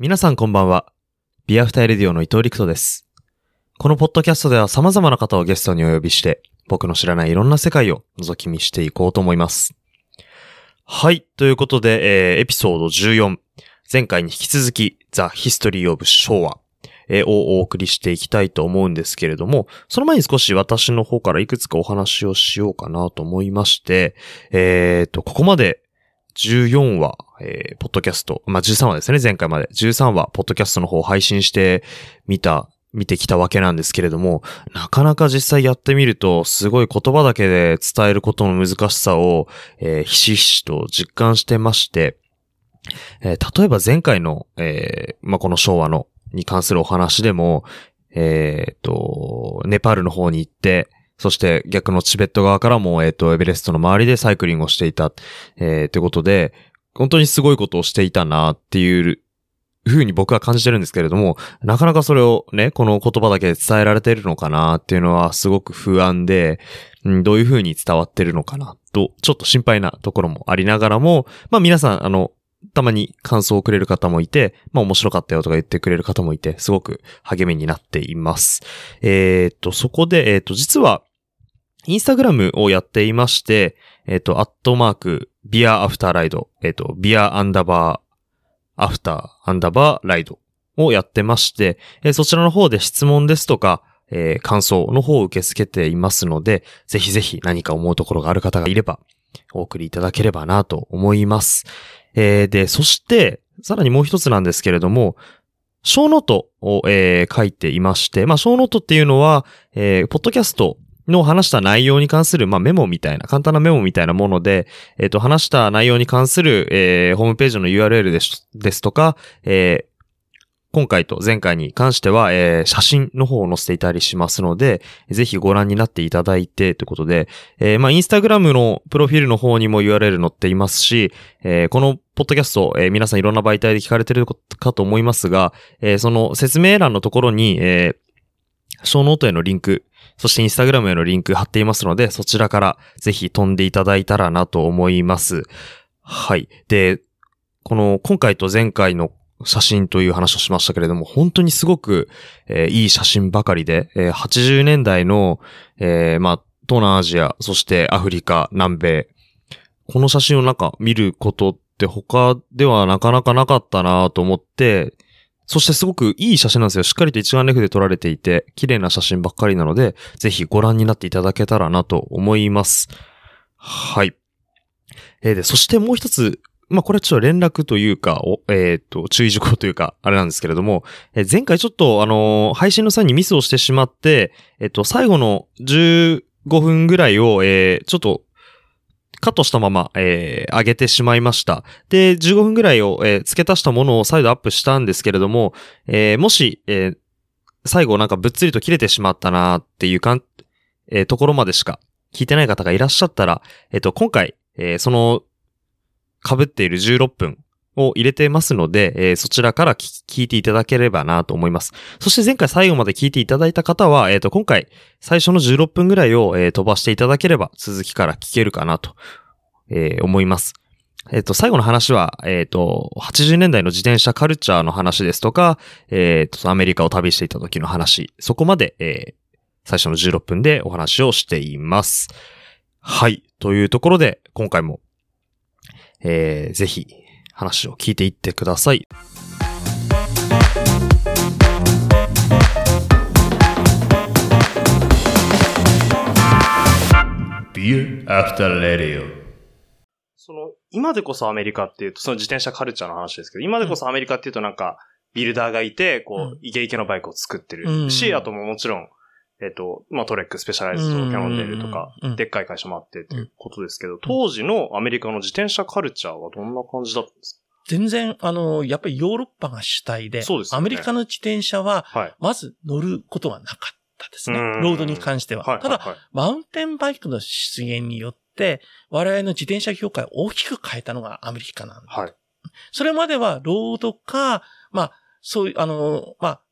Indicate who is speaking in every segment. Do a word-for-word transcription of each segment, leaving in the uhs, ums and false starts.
Speaker 1: 皆さんこんばんは。ビアフターレディオの伊藤陸斗です。このポッドキャストでは様々な方をゲストにお呼びして、僕の知らないいろんな世界を覗き見していこうと思います。はい。ということで、えー、エピソードじゅうよん。前回に引き続き、The History of 昭和、えー、をお送りしていきたいと思うんですけれども、その前に少し私の方からいくつかお話をしようかなと思いまして、えーと、ここまで、じゅうよんわ、えー、ポッドキャスト、まあ、じゅうさんわですね、前回まで。じゅうさんわ、ポッドキャストの方を配信してみた、見てきたわけなんですけれども、なかなか実際やってみると、すごい言葉だけで伝えることの難しさを、えー、ひしひしと実感してまして、えー、例えば前回の、えー、まあ、この昭和の、に関するお話でも、えーと、ネパールの方に行って、そして逆のチベット側からも、えっと、エベレストの周りでサイクリングをしていた、えー、ということで、本当にすごいことをしていたなっていう風に僕は感じてるんですけれども、なかなかそれをね、この言葉だけで伝えられているのかなっていうのはすごく不安で、うん、どういう風に伝わってるのかなと、ちょっと心配なところもありながらも、まあ皆さん、あの、たまに感想をくれる方もいて、まあ面白かったよとか言ってくれる方もいて、すごく励みになっています。えー、っと、そこで、えー、っと、実は、インスタグラムをやっていまして、えっと、アットマーク、ビアアフターライド、えっと、ビアアンダーバー、アフターアンダーバーライドをやってまして、えー、そちらの方で質問ですとか、えー、感想の方を受け付けていますので、ぜひぜひ何か思うところがある方がいれば、お送りいただければなと思います。えー、で、そして、さらにもう一つなんですけれども、小ノートを、えー、書いていまして、まあ、小ノートっていうのは、えー、ポッドキャストの話した内容に関する、まあ、メモみたいな、簡単なメモみたいなもので、えっと、話した内容に関する、えー、ホームページの ユーアールエル です、ですとか、えー、今回と前回に関しては、えー、写真の方を載せていたりしますので、ぜひご覧になっていただいてということで、えー、まあ、インスタグラムのプロフィールの方にも ユーアールエル 載っていますし、えー、このポッドキャスト、えー、皆さんいろんな媒体で聞かれているかと思いますが、えー、その説明欄のところに、えー、ショーノートへのリンク、そしてインスタグラムへのリンク貼っていますので、そちらからぜひ飛んでいただいたらなと思います。はい。で、この今回と前回の写真という話をしましたけれども、本当にすごく、えー、いい写真ばかりで、えー、はちじゅうねんだいの、えー、まあ、東南アジア、そしてアフリカ、南米、この写真をなんか見ることって他ではなかなかなかったなと思って、そしてすごくいい写真なんですよ。しっかりと一眼レフで撮られていて、綺麗な写真ばっかりなので、ぜひご覧になっていただけたらなと思います。はい。えー、で、そしてもう一つ、まあ、これちょっと連絡というか、えっと、注意事項というか、あれなんですけれども、えー、前回ちょっとあのー、配信の際にミスをしてしまって、えっと、最後のじゅうごふんぐらいを、えー、ちょっと、カットしたまま、えー、上げてしまいました。で、じゅうごふんぐらいを、えー、付け足したものを再度アップしたんですけれども、えー、もし、えー、最後なんかぶっつりと切れてしまったなっていうかん、えー、ところまでしか聞いてない方がいらっしゃったら、えっと、今回、えー、その、被っているじゅうろっぷんを入れてますので、えー、そちらから聞いていただければなと思います。そして前回最後まで聞いていただいた方は、えっと、今回最初のじゅうろっぷんぐらいを、えー、飛ばしていただければ続きから聞けるかなと、えー、思います。えっと、最後の話は、えっと、はちじゅうねんだいの自転車カルチャーの話ですとか、えっと、アメリカを旅していた時の話、そこまで、えー、最初のじゅうろっぷんでお話をしています。はい。というところで、今回もえー、ぜひ話を聞いていってください。Beer After Radio。その、今でこそアメリカっていうと、その自転車カルチャーの話ですけど、今でこそアメリカっていうとなんか、ビルダーがいて、こう、うん、イケイケのバイクを作ってるし、うん、あとももちろん、えっと、まあ、トレック、スペシャライズとキャノンデールとか、でっかい会社もあってっていうことですけど、当時のアメリカの自転車カルチャーはどんな感じだったんですか？
Speaker 2: 全然、あの、やっぱりヨーロッパが主体で、そうですね、アメリカの自転車は、まず乗ることはなかったですね。はい、ロードに関しては。はい、ただ、はいはい、マウンテンバイクの出現によって、我々の自転車業界を大きく変えたのがアメリカなんだ。はい、それまではロードか、まあ、そういう、あの、まあ、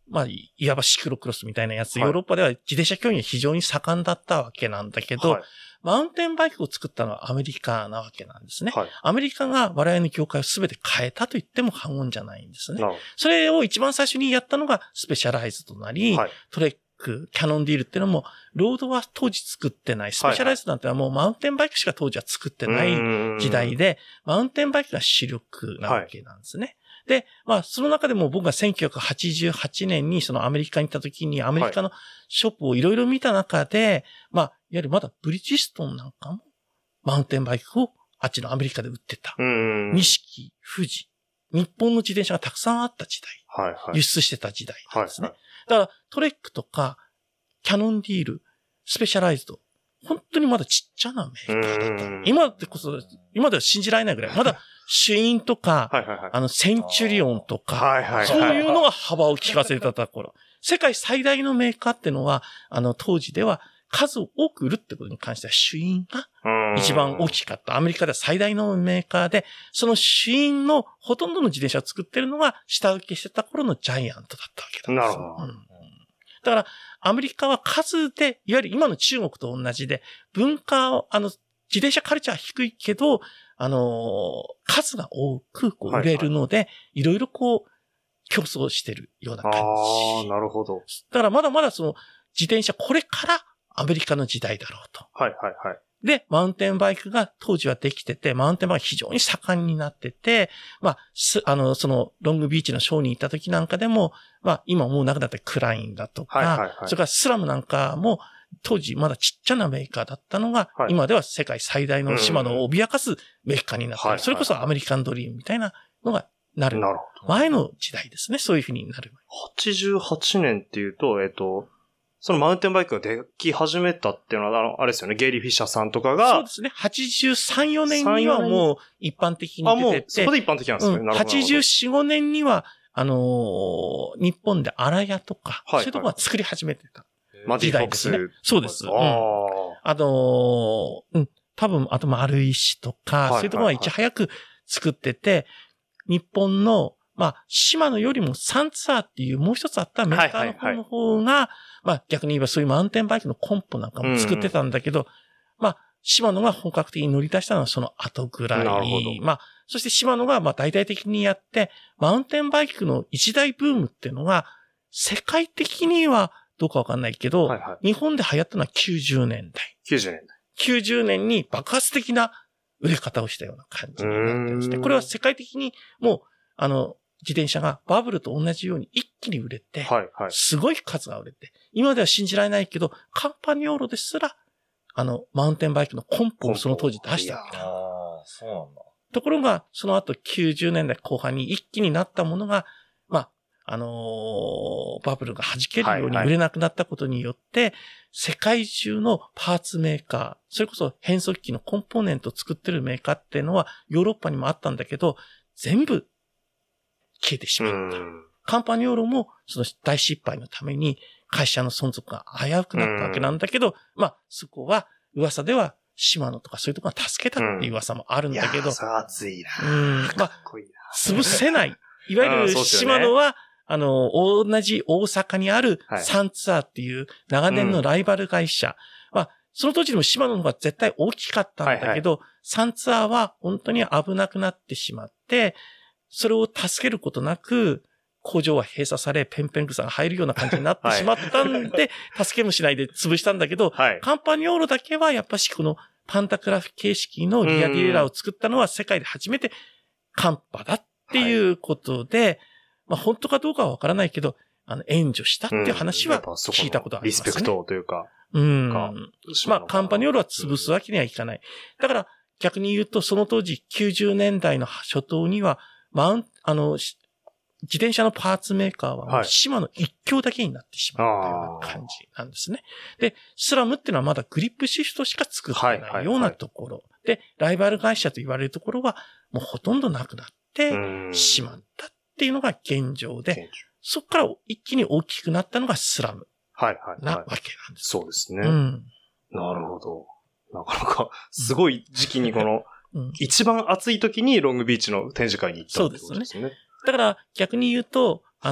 Speaker 2: まあ、いわばシクロクロスみたいなやつ、ヨーロッパでは自転車競技が非常に盛んだったわけなんだけど、はい、マウンテンバイクを作ったのはアメリカなわけなんですね。はい、アメリカが我々の業界を全て変えたと言っても過言じゃないんですね。それを一番最初にやったのがスペシャライズとなり、はい、トレック、キャノンディールっていうのも、ロードは当時作ってない。スペシャライズなんてのはもうマウンテンバイクしか当時は作ってない時代で、マウンテンバイクが主力なわけなんですね。はい、で、まあ、その中でも僕がせんきゅうひゃくはちじゅうはちねんにそのアメリカに行った時にアメリカのショップをいろいろ見た中で、まあ、いわゆるまだブリヂストンなんかもマウンテンバイクをあっちのアメリカで売ってた。錦、富士、日本の自転車がたくさんあった時代。はいはい、輸出してた時代なんですね。はいはい、だからトレックとかキャノンディール、スペシャライズド、本当にまだちっちゃなメーカーだった。今でこそ、今では信じられないぐらい。まだシュインとか、はいはいはい、あの、センチュリオンとか、はいはいはい、そういうのが幅を利かせてた頃。世界最大のメーカーってのは、あの、当時では数を多く売るってことに関してはシュインが一番大きかった。アメリカでは最大のメーカーで、そのシュインのほとんどの自転車を作ってるのが下請けしてた頃のジャイアントだったわけなんですよ。なるほど。うん、だから、アメリカは数で、いわゆる今の中国と同じで、文化を、あの、自転車カルチャーは低いけど、あの、数が多くこう売れるので、はいはい、いろいろこう、競争してるような感じ。あ
Speaker 1: あ、なるほど。
Speaker 2: だからまだまだその、自転車、これからアメリカの時代だろうと。
Speaker 1: はいはいはい。
Speaker 2: で、マウンテンバイクが当時はできてて、マウンテンバイク非常に盛んになってて、まあ、す、あの、その、ロングビーチのショーに行った時なんかでも、まあ、今もうなくなったクラインだとか、はいはいはい、それからスラムなんかも、当時まだちっちゃなメーカーだったのが、はい、今では世界最大のシマノを脅かすメーカーになっている、うん、それこそアメリカンドリームみたいなのがなる。なるほど。前の時代ですね。そういうふうになる。
Speaker 1: はちじゅうはちねんっていうと、えっと、そのマウンテンバイクができ始めたっていうのは、あれですよね、ゲイリー・フィッシャーさんとかが。
Speaker 2: そうですね。はちじゅうさん、よねんにはもう一般的に出てて。あ、もう
Speaker 1: そこで一般的なんですね。うん、なるほど。
Speaker 2: はちじゅうよん、ごねんには、あのー、日本で荒谷とか、はいはい、そういうところが作り始めてた。
Speaker 1: マジでですね。
Speaker 2: そうです。あ、うん、あのー、うん、多分、あと丸石とか、はいはいはい、そういうところがいち早く作ってて、日本の、まあ、シマノよりもサンツアーっていうもう一つあったメーカーの方の方が、はいはいはい、まあ逆に言えばそういうマウンテンバイクのコンポなんかも作ってたんだけど、うん、まあ、シマノが本格的に乗り出したのはその後ぐらい。なるほど。まあ、そしてシマノがまあ大々的にやって、マウンテンバイクの一大ブームっていうのが、世界的にはどうかわかんないけど、はいはい、日本で流行ったのはきゅうじゅうねんだい。
Speaker 1: きゅうじゅうねんだい。
Speaker 2: きゅうじゅうねんに爆発的な売れ方をしたような感じになってまして、これは世界的にもう、あの、自転車がバブルと同じように一気に売れて、はいはい、すごい数が売れて、今では信じられないけど、カンパニョーロですら、あの、マウンテンバイクのコンポをその当時出したわけだ。
Speaker 1: ああ、そうなんだ。
Speaker 2: ところが、その後きゅうじゅうねんだいこう半に一気になったものが、まあ、あのー、バブルが弾けるように売れなくなったことによって、はいはい、世界中のパーツメーカー、それこそ変速機のコンポーネントを作ってるメーカーっていうのはヨーロッパにもあったんだけど、全部消えてしまった。カンパニョーロもその大失敗のために会社の存続が危うくなったわけなんだけど、まあそこは噂ではシマノとかそういうところが助けたっていう噂もあるんだけど。いや、
Speaker 1: それは熱いな。
Speaker 2: うん。まあ、潰せない。いわゆるシマノは、あの、同じ大阪にあるサンツアーっていう長年のライバル会社。はい、まあ、その当時でもシマノの方が絶対大きかったんだけど、はいはい、サンツアーは本当に危なくなってしまって、それを助けることなく、工場は閉鎖され、ペンペン草が入るような感じになってしまったんで、はい、助けもしないで潰したんだけど、はい、カンパニョーロだけはやっぱしこのパンタクラフ形式のリアディレイラーを作ったのは世界で初めてカンパだっていうことで、はい、まあ本当かどうかはわからないけど、あの援助したっていう話は聞いたことありますね。
Speaker 1: リスペクトというか。
Speaker 2: うん。まあカンパニョーロは潰すわけにはいかない。だから逆に言うとその当時きゅうじゅうねんだいの初頭にはマウン、あの、自転車のパーツメーカーはシマノ一強だけになってしまったような感じなんですね。で、スラムっていうのはまだグリップシフトしか作ってないようなところ。はいはいはい、で、ライバル会社と言われるところはもうほとんどなくなってしまったっていうのが現状で、そこから一気に大きくなったのがスラムなわけなんです。
Speaker 1: そうですね、うん。なるほど。なかなかすごい時期にこの、うん、一番暑い時にロングビーチの展示会に行ったってことですね。そうですね。
Speaker 2: だから逆に言うと、あの、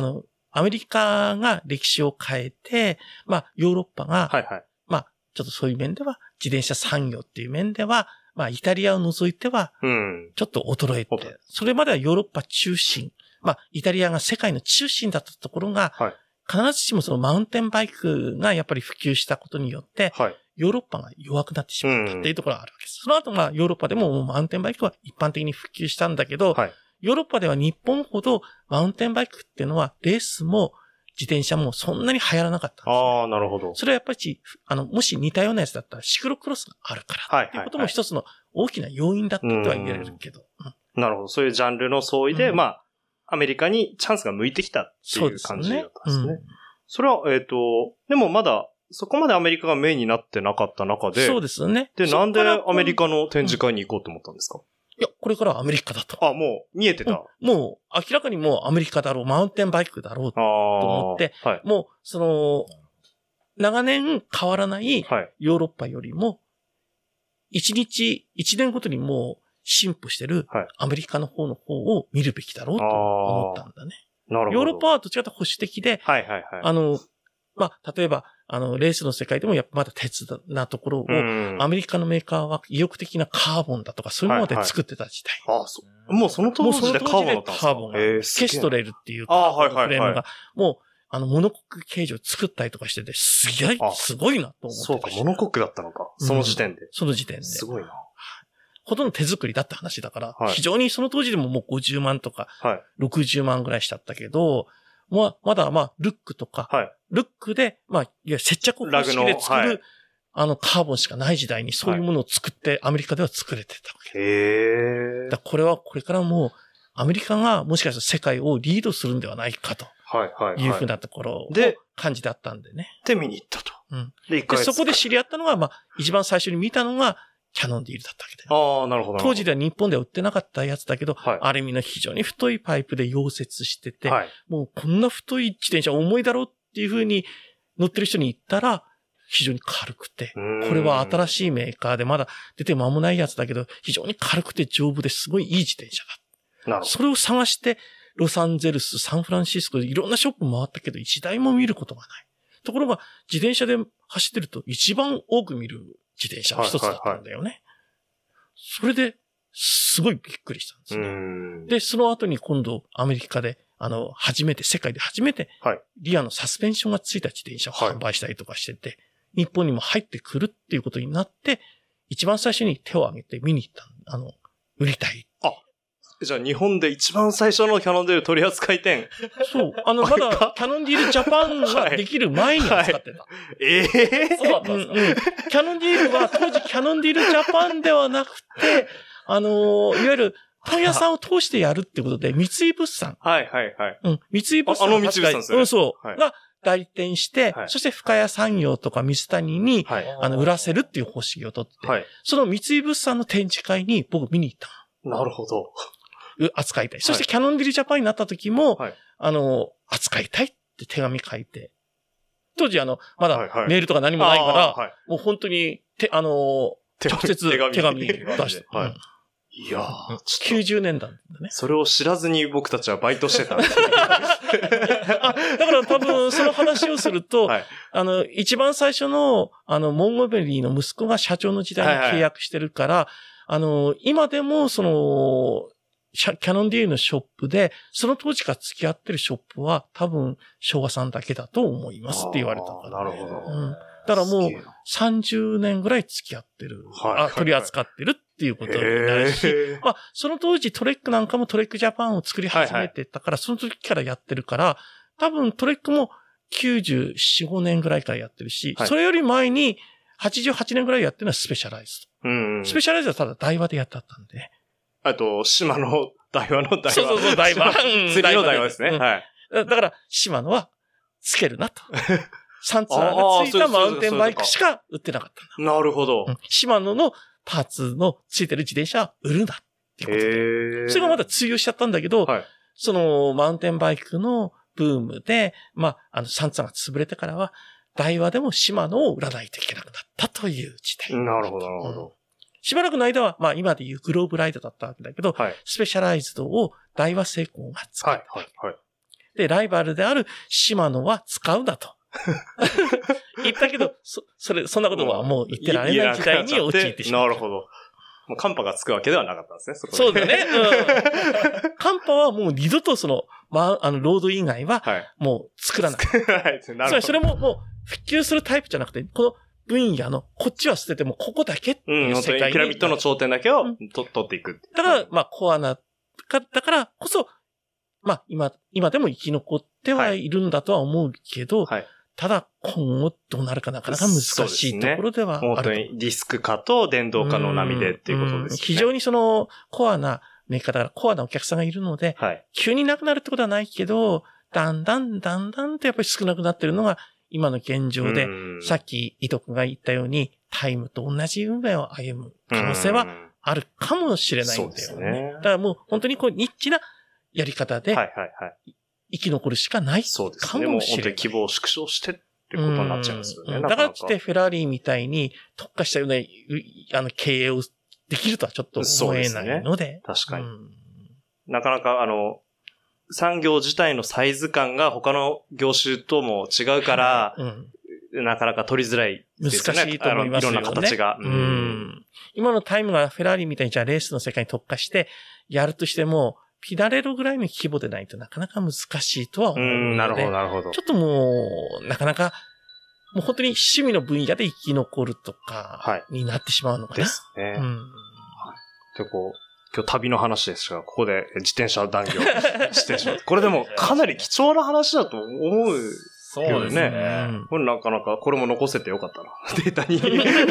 Speaker 2: アメリカが歴史を変えて、まあ、ヨーロッパが、はいはい、まあ、ちょっとそういう面では、自転車産業っていう面では、まあ、イタリアを除いては、ちょっと衰えて、うん、それまではヨーロッパ中心、まあ、イタリアが世界の中心だったところが、はい、必ずしもそのマウンテンバイクがやっぱり普及したことによって、はい、ヨーロッパが弱くなってしまったっていうところがあるわけです。うん、その後、まあ、ヨーロッパでもマウンテンバイクは一般的に普及したんだけど、はい、ヨーロッパでは日本ほどマウンテンバイクっていうのはレースも自転車もそんなに流行らなかったんです、ね。
Speaker 1: ああ、なるほど。
Speaker 2: それはやっぱり、あの、もし似たようなやつだったらシクロクロスがあるからっていうことも一つの大きな要因だったとは言えるけど。
Speaker 1: うん、なるほど。そういうジャンルの相違で、うん、まあ、アメリカにチャンスが向いてきたっていう感じだったんですね。そうですね。うん、それは、えっと、でもまだ、そこまでアメリカがメインになってなかった中で。
Speaker 2: そうですね。
Speaker 1: で、なんでアメリカの展示会に行こうと思ったんですか？
Speaker 2: いや、これからはアメリカだと。
Speaker 1: あ、もう見えてた、
Speaker 2: うん、もう明らかにもうアメリカだろう、マウンテンバイクだろうと思って、はい、もうその、長年変わらないヨーロッパよりも、一日、一年ごとにもう進歩してるアメリカの方の方を見るべきだろうと思ったんだね。
Speaker 1: なるほど。
Speaker 2: ヨーロッパはどちらかと保守的で、はいはいはい、あの、まあ、例えば、あの、レースの世界でもやっぱまだ鉄なところを、アメリカのメーカーは意欲的なカーボンだとかそういうもので作ってた時代。
Speaker 1: はいはい、あそう。もうその当時でカーボンだったんですか？
Speaker 2: カーボンが。ケストレルっていうカーボンのフレームが、もう、あの、モノコック形状を作ったりとかしてて、すげえ、すごいなと思って。
Speaker 1: そうか、モノコックだったのか。その時点で。うん、
Speaker 2: その時点で。
Speaker 1: すごいな。
Speaker 2: ほとんど手作りだって話だから、はい、非常にその当時でももうごじゅうまんとか、ろくじゅうまんぐらいしちゃったけど、まあ、まだまあ、ルックとか、はい、ルックで、まあ、いや、接着方式で作る、はい、あの、カーボンしかない時代にそういうものを作って、はい、アメリカでは作れてたわけ。
Speaker 1: へー。
Speaker 2: だこれはこれからもう、アメリカがもしかしたら世界をリードするんではないかと。はいはいはい。いうふうなところを感じだったんでね。
Speaker 1: で、見に行ったと。
Speaker 2: うん。で、でそこで知り合ったのが、まあ、一番最初に見たのが、キャノンディールだったわけだ
Speaker 1: よ。ああ、なるほど。
Speaker 2: 当時では日本では売ってなかったやつだけど、はい、アルミの非常に太いパイプで溶接してて、はい、もうこんな太い自転車重いだろうっていう風に乗ってる人に言ったら、非常に軽くて、これは新しいメーカーでまだ出て間もないやつだけど、非常に軽くて丈夫ですごいいい自転車だ。なるほど。それを探して、ロサンゼルス、サンフランシスコでいろんなショップ回ったけど、一台も見ることがない。ところが、自転車で走ってると一番多く見る自転車の一つだったんだよね。はいはいはい、それで、すごいびっくりしたんですね。で、その後に今度アメリカで、あの、初めて、世界で初めて、リアのサスペンションがついた自転車を販売したりとかしてて、はい、日本にも入ってくるっていうことになって、一番最初に手を挙げて見に行った。あの、売りたい。
Speaker 1: あ、じゃあ日本で一番最初のキャノンディール取扱店。
Speaker 2: そう。あの、まだキャノンディールジャパンができる前に扱ってた。
Speaker 1: はいはい、ええー、
Speaker 2: そうだったんです、うんうん。キャノンディールは当時キャノンディールジャパンではなくて、あのー、いわゆる問屋さんを通してやるってことで、三井物産。
Speaker 1: はいはいはい。
Speaker 2: うん。三井物産。
Speaker 1: あ, あの三井物産ですね。
Speaker 2: うん、そう。はい、が代理店して、はい、そして深谷産業とか水谷に、はい、あの、売らせるっていう方針をとって、はい、その三井物産の展示会に僕見に行った
Speaker 1: の。なるほど。
Speaker 2: 扱いたい。そしてキャノンディールジャパンになった時も、はい、あの、扱いたいって手紙書いて、当時あの、まだメールとか何もないから、はいはい、もう本当に、て、あの、直接手紙出して。はい、
Speaker 1: いやー、
Speaker 2: きゅうじゅうねんだいだね。
Speaker 1: それを知らずに僕たちはバイトしてたんです
Speaker 2: あ、だから多分その話をすると、はい、あの、一番最初の、あの、モンゴメリーの息子が社長の時代に契約してるから、はいはい、あの、今でもその、キャノンディールのショップで、その当時から付き合ってるショップは多分昭和さんだけだと思いますって言われたから、ね。
Speaker 1: なるほど。
Speaker 2: うん。だからもうさんじゅうねんぐらい付き合ってる。はいはいはい、あ、取り扱ってるっていうことになるし、まあ、その当時トレックなんかもトレックジャパンを作り始めてたから、はいはい、その時からやってるから、多分トレックもきゅうじゅうよん、ごねんぐらいからやってるし、はい、それより前にはちじゅうはちねんぐらいやってるのはスペシャライズド。うんうん、スペシャライズドはただ台湾でやってあったんで。
Speaker 1: あと、島の台湾の台湾。
Speaker 2: そうそうそう、台湾。
Speaker 1: 釣りの台湾ですね。うん、はい。
Speaker 2: だから、島のは、つけるなと。サンツアーがついたマウンテンバイクしか売ってなかったん
Speaker 1: だ。なるほど。
Speaker 2: うん、島野のパーツのついてる自転車は売るなっていうことで。それがまだ通用しちゃったんだけど、はい、その、マウンテンバイクのブームで、まあ、あの、サンツアーが潰れてからは、台湾でも島野を売らないといけなくなったという時代。
Speaker 1: なるほど、なるほど。うん
Speaker 2: しばらくの間は、まあ今でいうグローブライドだったわけだけど、はい、スペシャライズドを大和製鋼が使って、はいはいはい、 で、ライバルであるシマノは使うなと。言ったけど、そ、それ、そんなことはもう言ってられない時代に陥ってしまう。
Speaker 3: なるほど。もうカンパがつくわけではなかったんですね、そこで。
Speaker 2: そうだね。うん。カンパはもう二度とその、まあ、あの、ロード以外は、もう作らない。はい、なるほど。それももう、普及するタイプじゃなくて、この分野の、こっちは捨てても、ここだけっていう世界に。うん、本当に
Speaker 3: ピラミッドの頂点だけをと、取っていく。
Speaker 2: だから、まあ、コアな、か、だからこそ、まあ、今、今でも生き残ってはいるんだとは思うけど、はいはいただ、今後どうなるかなかなか難しいところではある。
Speaker 3: 本当にディスク化と電動化の波でっていうことですね。
Speaker 2: 非常にそのコアなメーカーだからコアなお客さんがいるので、はい、急になくなるってことはないけど、だんだんだんだんとやっぱり少なくなってるのが今の現状で、さっき伊藤君が言ったようにタイムと同じ運命を歩む可能性はあるかもしれないんだよね。ねだからもう本当にこうニッチなやり方で、はいはいはい、生き残るしかないかもしれない。そうですね。もう本当に
Speaker 3: 希望を縮小してってことになっちゃいますよね。
Speaker 2: だからってフェラーリみたいに特化したようなあの経営をできるとはちょっと思えないので。で
Speaker 3: ね、確かに、うん。なかなかあの、産業自体のサイズ感が他の業種とも違うから、うん、なかなか取りづらいですよね。
Speaker 2: 難しいと思いますよね。
Speaker 3: いろんな形が、
Speaker 2: うんうん。今のタイムがフェラーリみたいにじゃあレースの世界に特化してやるとしても、ピダレロぐらいの規模でないとなかなか難しいとは思うので。うん、
Speaker 3: なるほど、なるほど。
Speaker 2: ちょっともう、なかなか、もう本当に趣味の分野で生き残るとか、になってしまうのかな。
Speaker 3: ですね。うん。で、こう、今日旅の話ですが、ここで自転車談義をしてしまう。これでもかなり貴重な話だと思う。そうですね。これなかなか、これも残せてよかったな。データに。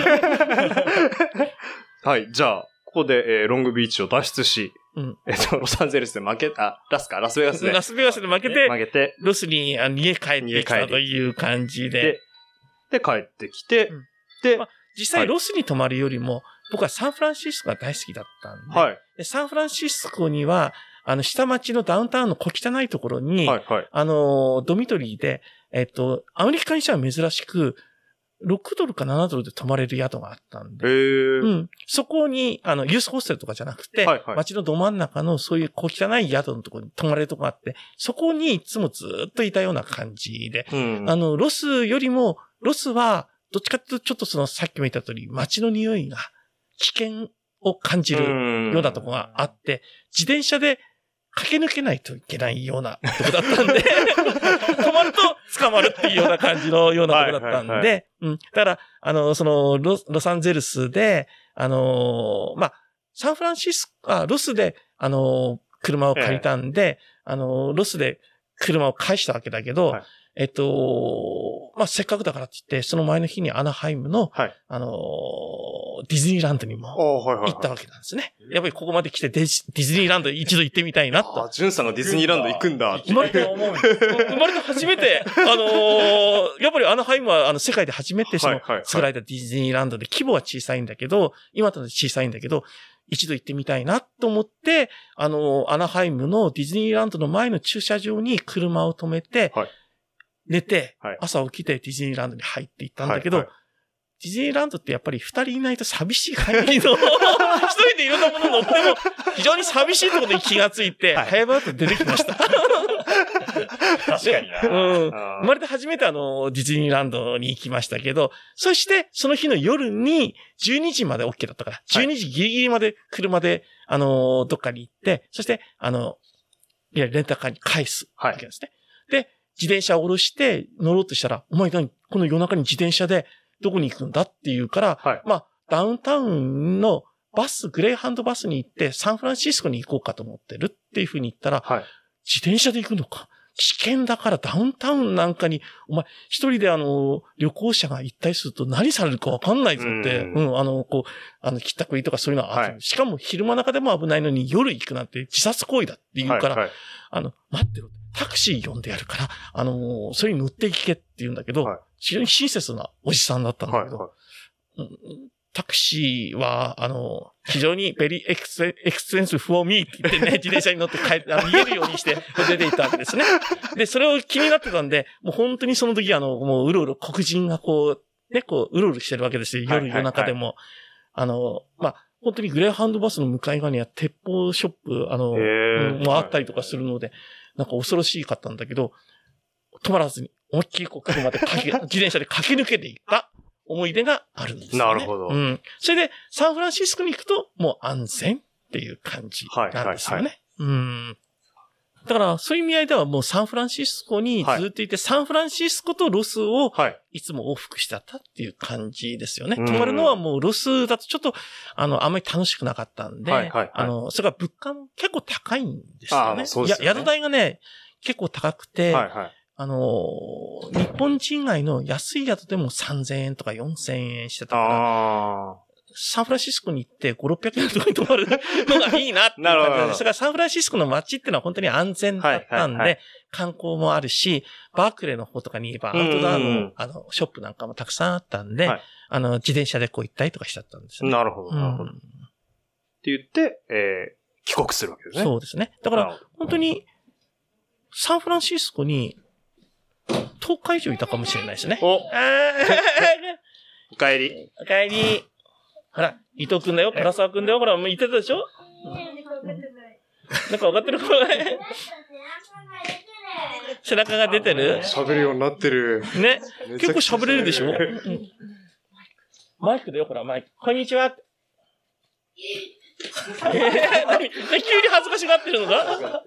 Speaker 3: はい、じゃあ、ここで、えー、ロングビーチを脱出し、うん、えっと、ロサンゼルスで負けた、ラスか、ラスベガスで。
Speaker 2: ラスベガスで負けて、
Speaker 3: 負けて、
Speaker 2: ロスに逃げ帰ってきたという感じで。
Speaker 3: で、で帰ってきて、うん、で、まあ、
Speaker 2: 実際ロスに泊まるよりも、はい、僕はサンフランシスコが大好きだったんで、はい、でサンフランシスコには、あの、下町のダウンタウンの小汚いところに、はいはい、あの、ドミトリーで、えっと、アメリカにしては珍しく、ろくドルかななドルで泊まれる宿があったんで。へー。うん。そこに、あの、ユースホステルとかじゃなくて、はいはい、街のど真ん中のそういう小汚い宿のところに泊まれるとこがあって、そこにいつもずっといたような感じで、うん、あの、ロスよりも、ロスは、どっちかっていうとちょっとその、さっきも言った通り、街の匂いが危険を感じるようなとこがあって、自転車で駆け抜けないといけないようなとこだったんで、止まると捕まるっていうような感じのようなとこだったんで、はいはいはい、うん。だから、あの、そのロ、ロサンゼルスで、あのー、まあ、サンフランシスコ、あ、ロスで、あのー、車を借りたんで、ええ、あのー、ロスで車を返したわけだけど、はい、えっと、まあ、せっかくだからって言って、その前の日にアナハイムの、はい、あのー、ディズニーランドにも行ったわけなんですね。はいはいはい、やっぱりここまで来てディズニーランド一度行ってみたいなと。
Speaker 3: あ、ジュンさんがディズニーランド行くんだ。
Speaker 2: 生まれて思う。生まれて初めて、あのー、やっぱりアナハイムはあの世界で初めてその作られたディズニーランドで規模は小さいんだけど、今と小さいんだけど、一度行ってみたいなと思って、あのー、アナハイムのディズニーランドの前の駐車場に車を止めて、はい、寝て、はい、朝起きてディズニーランドに入っていったんだけど、はいはい、ディズニーランドってやっぱり二人いないと寂しい限りの、一人でいろんなもの乗っても非常に寂しいところに気がついて、はい、早々と出てきました。確
Speaker 3: かにな、
Speaker 2: うん。生まれて初めてあの、ディズニーランドに行きましたけど、そしてその日の夜にじゅうにじまで OK だったから、じゅうにじギリギリまで車で、あの、どっかに行って、そして、あの、いや、レンタカーに返すわけですね。はい、で、自転車を下ろして乗ろうとしたら、お前何この夜中に自転車でどこに行くんだって言うから、はい、まあ、ダウンタウンのバス、グレーハンドバスに行ってサンフランシスコに行こうかと思ってるっていうふうに言ったら、はい、自転車で行くのか。危険だからダウンタウンなんかに、お前一人であの、旅行者が行ったりすると何されるかわかんないぞって、うん、うん、あの、こう、あの、切ったくりとかそういうのはある、はい。しかも昼間中でも危ないのに夜行くなんて自殺行為だって言うから、はいはい、あの、待ってろ。タクシー呼んでやるから、あのー、それに乗っていけって言うんだけど、はい、非常に親切なおじさんだったんだけど、はいはい、タクシーは、あのー、非常にベリーエクセンスフォーミーって言ってね、自転車に乗って帰って、あの、逃げるようにして出ていったんですね。で、それを気になってたんで、もう本当にその時あの、もううろうろ黒人がこう、ね、こう、うろうろしてるわけですよ。夜夜中でも。はいはいはい、あの、まあ、本当にグレーハンドバスの向かい側には鉄砲ショップ、あの、もあったりとかするので、 なんか恐ろしかったんだけど、止まらずに思いっきりこう車で駆け、自転車で駆け抜けていった思い出があるんですよね。
Speaker 3: なるほど。
Speaker 2: うん。それで、サンフランシスコに行くと、もう安全っていう感じなんですよね。はいはいはい、うん。だから、そういう意味合いではもうサンフランシスコにずっといて、はい、サンフランシスコとロスをいつも往復してたっていう感じですよね。はい、泊まるのはもうロスだとちょっと、あの、あんまり楽しくなかったんで、はいはいはい、あの、それから物価も結構高いんですよね。そうですよね。や、宿代がね、結構高くて、はいはい、あの、日本人街の安い宿でもさんぜんえんとかよんせんえんしてたから、サンフランシスコに行ってご、ろっぴゃくえんとかに泊まるのがいいなっていう感じで、それからサンフランシスコの街っていうのは本当に安全だったんで、はいはいはい、観光もあるし、バークレーの方とかに言えばアウトドアの、あの、ショップなんかもたくさんあったんで、はい、あの、自転車でこう行ったりとかしちゃったんですよね。
Speaker 3: なるほど、なるほど。うん、って言って、えー、帰国するわけですね。
Speaker 2: そうですね。だから、本当に、サンフランシスコに、とおか以上いたかもしれないですね。
Speaker 3: おお帰り。
Speaker 2: お帰り。ほら、伊藤くんだよ、唐沢くんだよ、ほら、もう言ってたでしょ、うん、なんか分かってるかな背中が出てる
Speaker 3: 喋るようになってる。
Speaker 2: ね。結構喋れるでしょ、うん、マイクだよ、ほら、マイク。こんにちは。急に恥ずかしがってるのか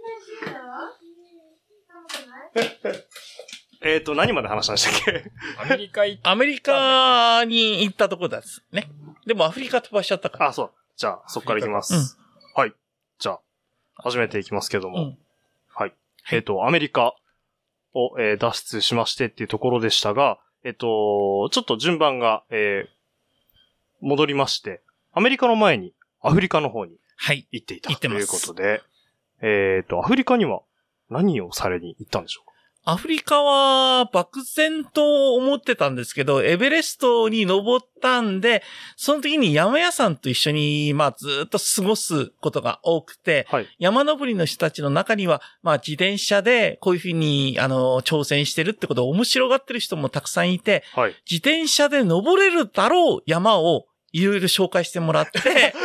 Speaker 3: えっと、何まで話したんでしたっけ？
Speaker 2: アメリカ行った。アメリカに行ったところですね。でもアフリカ飛ばしちゃったから。
Speaker 3: あ、そう。じゃあ、そこから行きます。うん、はい。じゃあ、始めていきますけども。うん、はい。えっと、アメリカを、えー、脱出しましてっていうところでしたが、えっと、ちょっと順番が、えー、戻りまして、アメリカの前にアフリカの方に行っていた、はい、ということで、えっと、アフリカには何をされに行ったんでしょうか？
Speaker 2: アフリカは漠然と思ってたんですけど、エベレストに登ったんで、その時に山屋さんと一緒に、まあずっと過ごすことが多くて、はい、山登りの人たちの中には、まあ自転車でこういうふうに、あの、挑戦してるってことを面白がってる人もたくさんいて、はい、自転車で登れるだろう山をいろいろ紹介してもらって、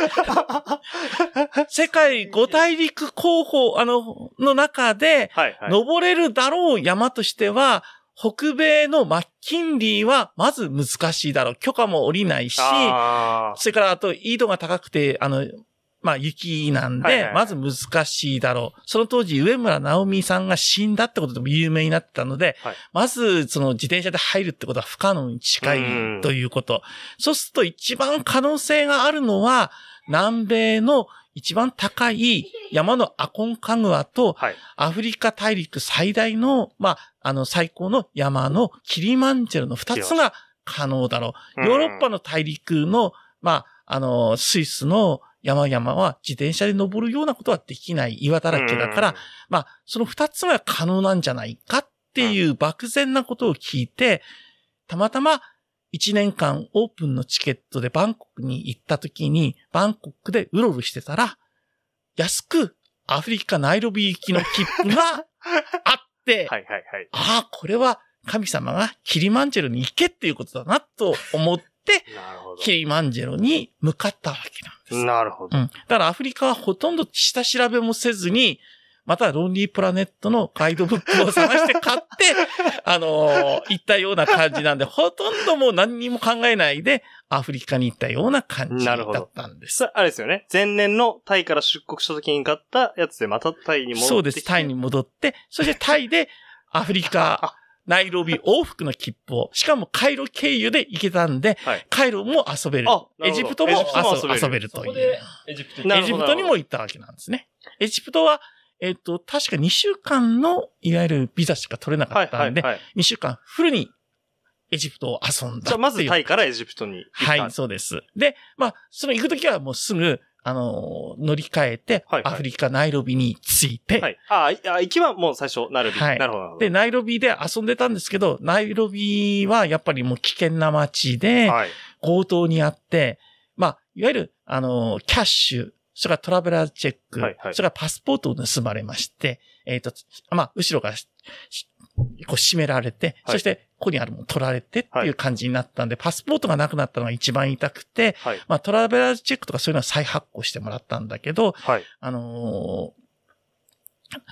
Speaker 2: 世界五大陸候補、あの、の中で、登れるだろう山としては、北米のマッキンリーはまず難しいだろう。許可も下りないし、それからあと、緯度が高くて、あの、まあ、雪なんで、まず難しいだろう。その当時、上村直美さんが死んだってことでも有名になってたので、はい、まず、その自転車で入るってことは不可能に近いということ。そうすると一番可能性があるのは、南米の一番高い山のアコンカグアと、はい、アフリカ大陸最大の、まあ、あの、最高の山のキリマンジェロの二つが可能だろう。ヨーロッパの大陸の、まあ、あの、スイスの山々は自転車で登るようなことはできない岩だらけだから、まあ、その二つが可能なんじゃないかっていう漠然なことを聞いて、たまたま一年間オープンのチケットでバンコクに行った時に、バンコクでうろうろしてたら、安くアフリカナイロビ行きの切符があって、はいはいはい、ああ、これは神様がキリマンジェロに行けっていうことだなと思って、キリマンジェロに向かったわけなんです。
Speaker 3: なるほど。
Speaker 2: うん。だからアフリカはほとんど下調べもせずに、またロンリープラネットのガイドブックを探して買って、あのー、行ったような感じなんで、ほとんどもう何にも考えないで、アフリカに行ったような感じだったんです。
Speaker 3: あれですよね。前年のタイから出国した時に買ったやつでまたタイに戻ってきて。
Speaker 2: そうです。タイに戻って、そしてタイでアフリカ、ナイロビ往復の切符を、しかもカイロ経由で行けたんで、はい、カイロも遊べる。エジプトも遊べるという。エジプトエジプトにも行ったわけなんですね。エジプトは、えっと、確かにしゅうかんの、いわゆるビザしか取れなかったんで、はいはいはい、にしゅうかんフルにエジプトを遊んだ。
Speaker 3: じゃあまずタイからエジプトに行った。
Speaker 2: はい、そうです。で、まあ、その行くときはもうすぐ、あの、乗り換えて、はいはい、アフリカ、ナイロビに着いて。はい。
Speaker 3: ああ、行きはもう最初、ナイロビ。
Speaker 2: はい。
Speaker 3: なるほど。
Speaker 2: で、ナイロビで遊んでたんですけど、ナイロビはやっぱりもう危険な街で、はい、強盗にあって、まあ、いわゆる、あの、キャッシュ、それからトラベラーチェック、はいはい、それからパスポートを盗まれまして、えっと、まあ、後ろから、こう締められて、はい、そして、ここにあるもの取られてっていう感じになったんで、はい、パスポートがなくなったのが一番痛くて、はい、まあトラベラーチェックとかそういうのは再発行してもらったんだけど、はい、あのー、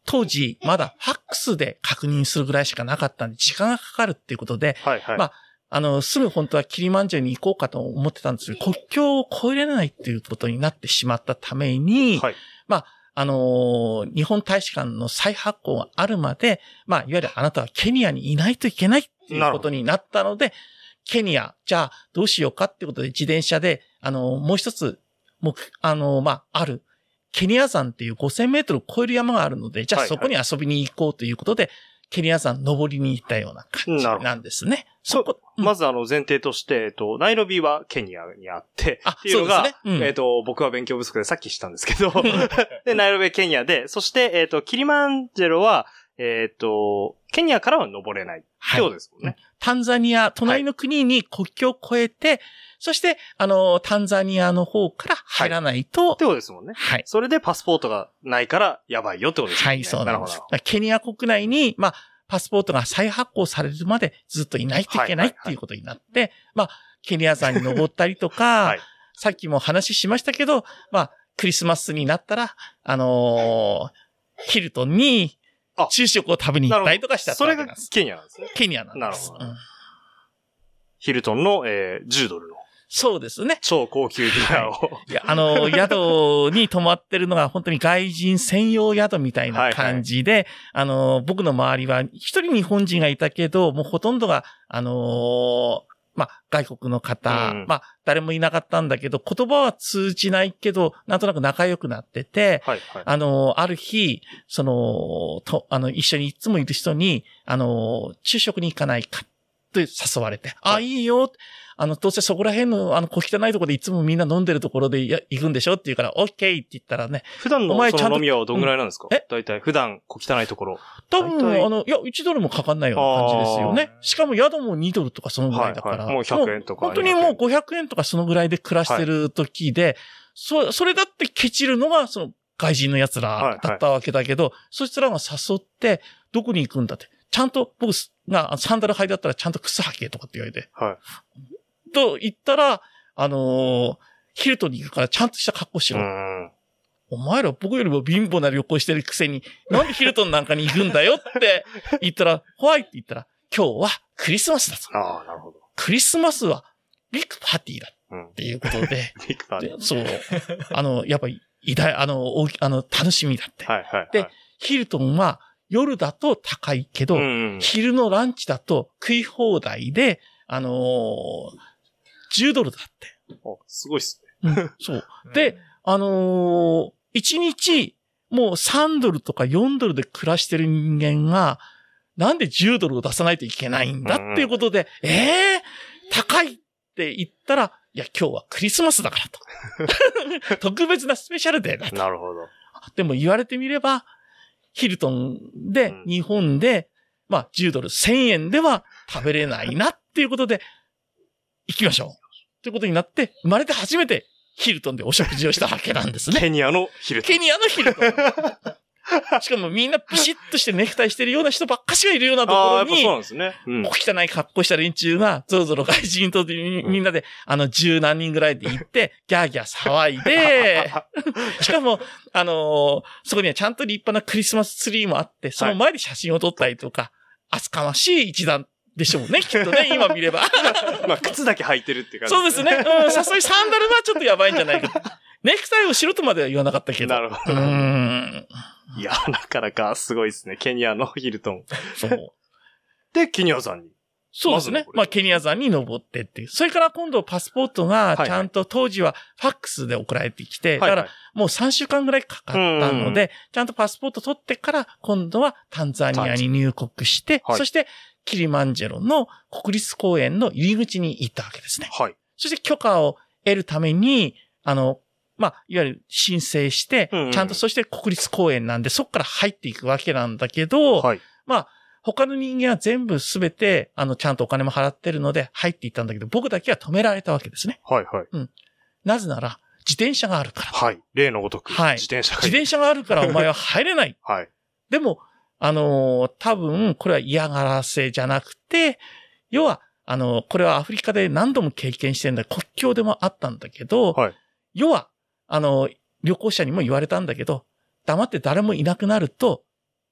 Speaker 2: 当時、まだファックスで確認するぐらいしかなかったんで、時間がかかるっていうことで、はいはい、まあ、あの、すぐ本当はキリマンジャロに行こうかと思ってたんですけど、国境を越えられないっていうことになってしまったために、はい、まあ、あのー、日本大使館の再発行があるまで、まあ、いわゆるあなたはケニアにいないといけないっていうことになったので、ケニア、じゃあどうしようかってことで自転車で、あのー、もう一つ、もう、あのー、まあ、ある、ケニア山っていうごせんメートルを超える山があるので、じゃあそこに遊びに行こうということで、はいはい、ケニア山登りに行ったような感じなんですね。
Speaker 3: そこ、うん、まずあの前提として、えっと、ナイロビはケニアにあって、あっていうのが、そうですね、うん、えっと、僕は勉強不足でさっきしたんですけど、で、ナイロビはケニアで、そして、えっと、キリマンジェロは、えっと、ケニアからは登れない。はい。そうですもんね。
Speaker 2: タンザニア、隣の国に国境を越えて、はい、そして、あの、タンザニアの方から入らないと。はい、
Speaker 3: ってことですもんね。はい。それでパスポートがないからやばいよってことですね。
Speaker 2: はい、そうなんです。ケニア国内に、まあ、パスポートが再発行されるまでずっといないといけないっていうことになって、はいはいはい、まあ、ケニア山に登ったりとか、はい、さっきも話しましたけど、まあ、クリスマスになったら、あのー、ヒルトンに昼食を食べに行ったりとかした
Speaker 3: それがケニアなんですね。
Speaker 2: ケニアなんです。
Speaker 3: なるほど。うん、ヒルトンの、えー、じゅうドルの。
Speaker 2: そうですね。
Speaker 3: 超高級ディナーを、
Speaker 2: はい。いや、あの、宿に泊まってるのが本当に外人専用宿みたいな感じで、はいはい、あの、僕の周りは一人日本人がいたけど、もうほとんどが、あの、まあ、外国の方、うん、まあ、誰もいなかったんだけど、言葉は通じないけど、なんとなく仲良くなってて、はいはい、あの、ある日、その、と、あの、一緒にいつもいる人に、あの、昼食に行かないかと誘われて、はい、あ、いいよ。あの、どうせそこら辺の、あの、小汚いところでいつもみんな飲んでるところでや行くんでしょって言うから、オッケーって言ったらね。
Speaker 3: 普段のその飲み屋はどんぐらいなんですか、うん、え大体、普段小汚いところ。
Speaker 2: 多分、あの、いや、いちドルもかかんないような感じですよね。しかも宿もにドルとかそのぐらいだから。はいはい、
Speaker 3: もうひゃくえんとか。
Speaker 2: 本当にもうごひゃくえんとかそのぐらいで暮らしてる時で、はい、そ、それだってケチるのが、その、外人の奴らだったわけだけど、はいはい、そいつらが誘って、どこに行くんだって。ちゃんと、僕がサンダル履いてあったらちゃんと靴履けとかって言われて。はい。と言ったら、あのー、ヒルトンに行くからちゃんとした格好しろ。お前ら僕よりも貧乏な旅行してるくせに、なんでヒルトンなんかに行くんだよって言ったら、ホワイって言ったら、今日はクリスマスだと。
Speaker 3: ああ、なるほど。
Speaker 2: クリスマスはビッグパーティーだっていうことで、
Speaker 3: うん、ビッグパーティー。
Speaker 2: そう。あの、やっぱり偉大、あの、あの、楽しみだって。はいはい、はい。で、ヒルトンは夜だと高いけど、うんうん、昼のランチだと食い放題で、あのー、じゅうドルだって。
Speaker 3: あ、すごいっす
Speaker 2: ね。うん、そう。で、あのー、いちにち、もうさんドルとかよんドルで暮らしてる人間が、なんでじゅうドルを出さないといけないんだっていうことで、うん、えー、高いって言ったら、いや、今日はクリスマスだからと。特別なスペシャルデーだと。
Speaker 3: なるほど。
Speaker 2: でも言われてみれば、ヒルトンで、うん、日本で、まあ、じゅうドル、せんえんでは食べれないなっていうことで、行きましょう。ということになって、生まれて初めてヒルトンでお食事をしたわけなんですね。
Speaker 3: ケニアのヒルトン。
Speaker 2: ケニアのヒルトン。しかもみんなピシッとしてネクタイしてるような人ばっかしがいるようなところに、
Speaker 3: そうなんですね。うん、
Speaker 2: 汚い格好した連中が、ぞろぞろ外人とみんなで、あの、十何人ぐらいで行って、ギャーギャー騒いで、しかも、あのー、そこにはちゃんと立派なクリスマスツリーもあって、その前で写真を撮ったりとか、厚かましい一段でしょうね、きっとね、今見れば。
Speaker 3: まあ、靴だけ履いてるっていう感じ、
Speaker 2: そうですね。うん、さすがにサンダルはちょっとやばいんじゃないか。ネクタイをしろとまでは言わなかったけど。
Speaker 3: なるほど。うーん。いや、なかなかすごいですね。ケニアのヒルトン。そう。で、ケニア山に。
Speaker 2: そうですね。まあ、ケニア山に登ってっていう。それから今度パスポートがちゃんと当時はファックスで送られてきて、はいはい、だからもうさんしゅうかんぐらいかかったので、ちゃんとパスポート取ってから今度はタンザニアに入国して、はい、そしてキリマンジェロの国立公園の入り口に行ったわけですね。はい。そして許可を得るために、あの、まあ、いわゆる申請して、ちゃんとそして国立公園なんで、そこから入っていくわけなんだけど、はい、まあ、他の人間は全部すべて、あの、ちゃんとお金も払ってるので入っていったんだけど、僕だけは止められたわけですね。
Speaker 3: はいはい。
Speaker 2: うん。なぜなら、自転車があるから。
Speaker 3: はい。例のごとく。はい。自転車が。
Speaker 2: 自転車があるからお前は入れない。はい。でも、あのー、多分、これは嫌がらせじゃなくて、要は、あのー、これはアフリカで何度も経験してるんだ、国境でもあったんだけど、はい。要は、あのー、旅行者にも言われたんだけど、黙って誰もいなくなると、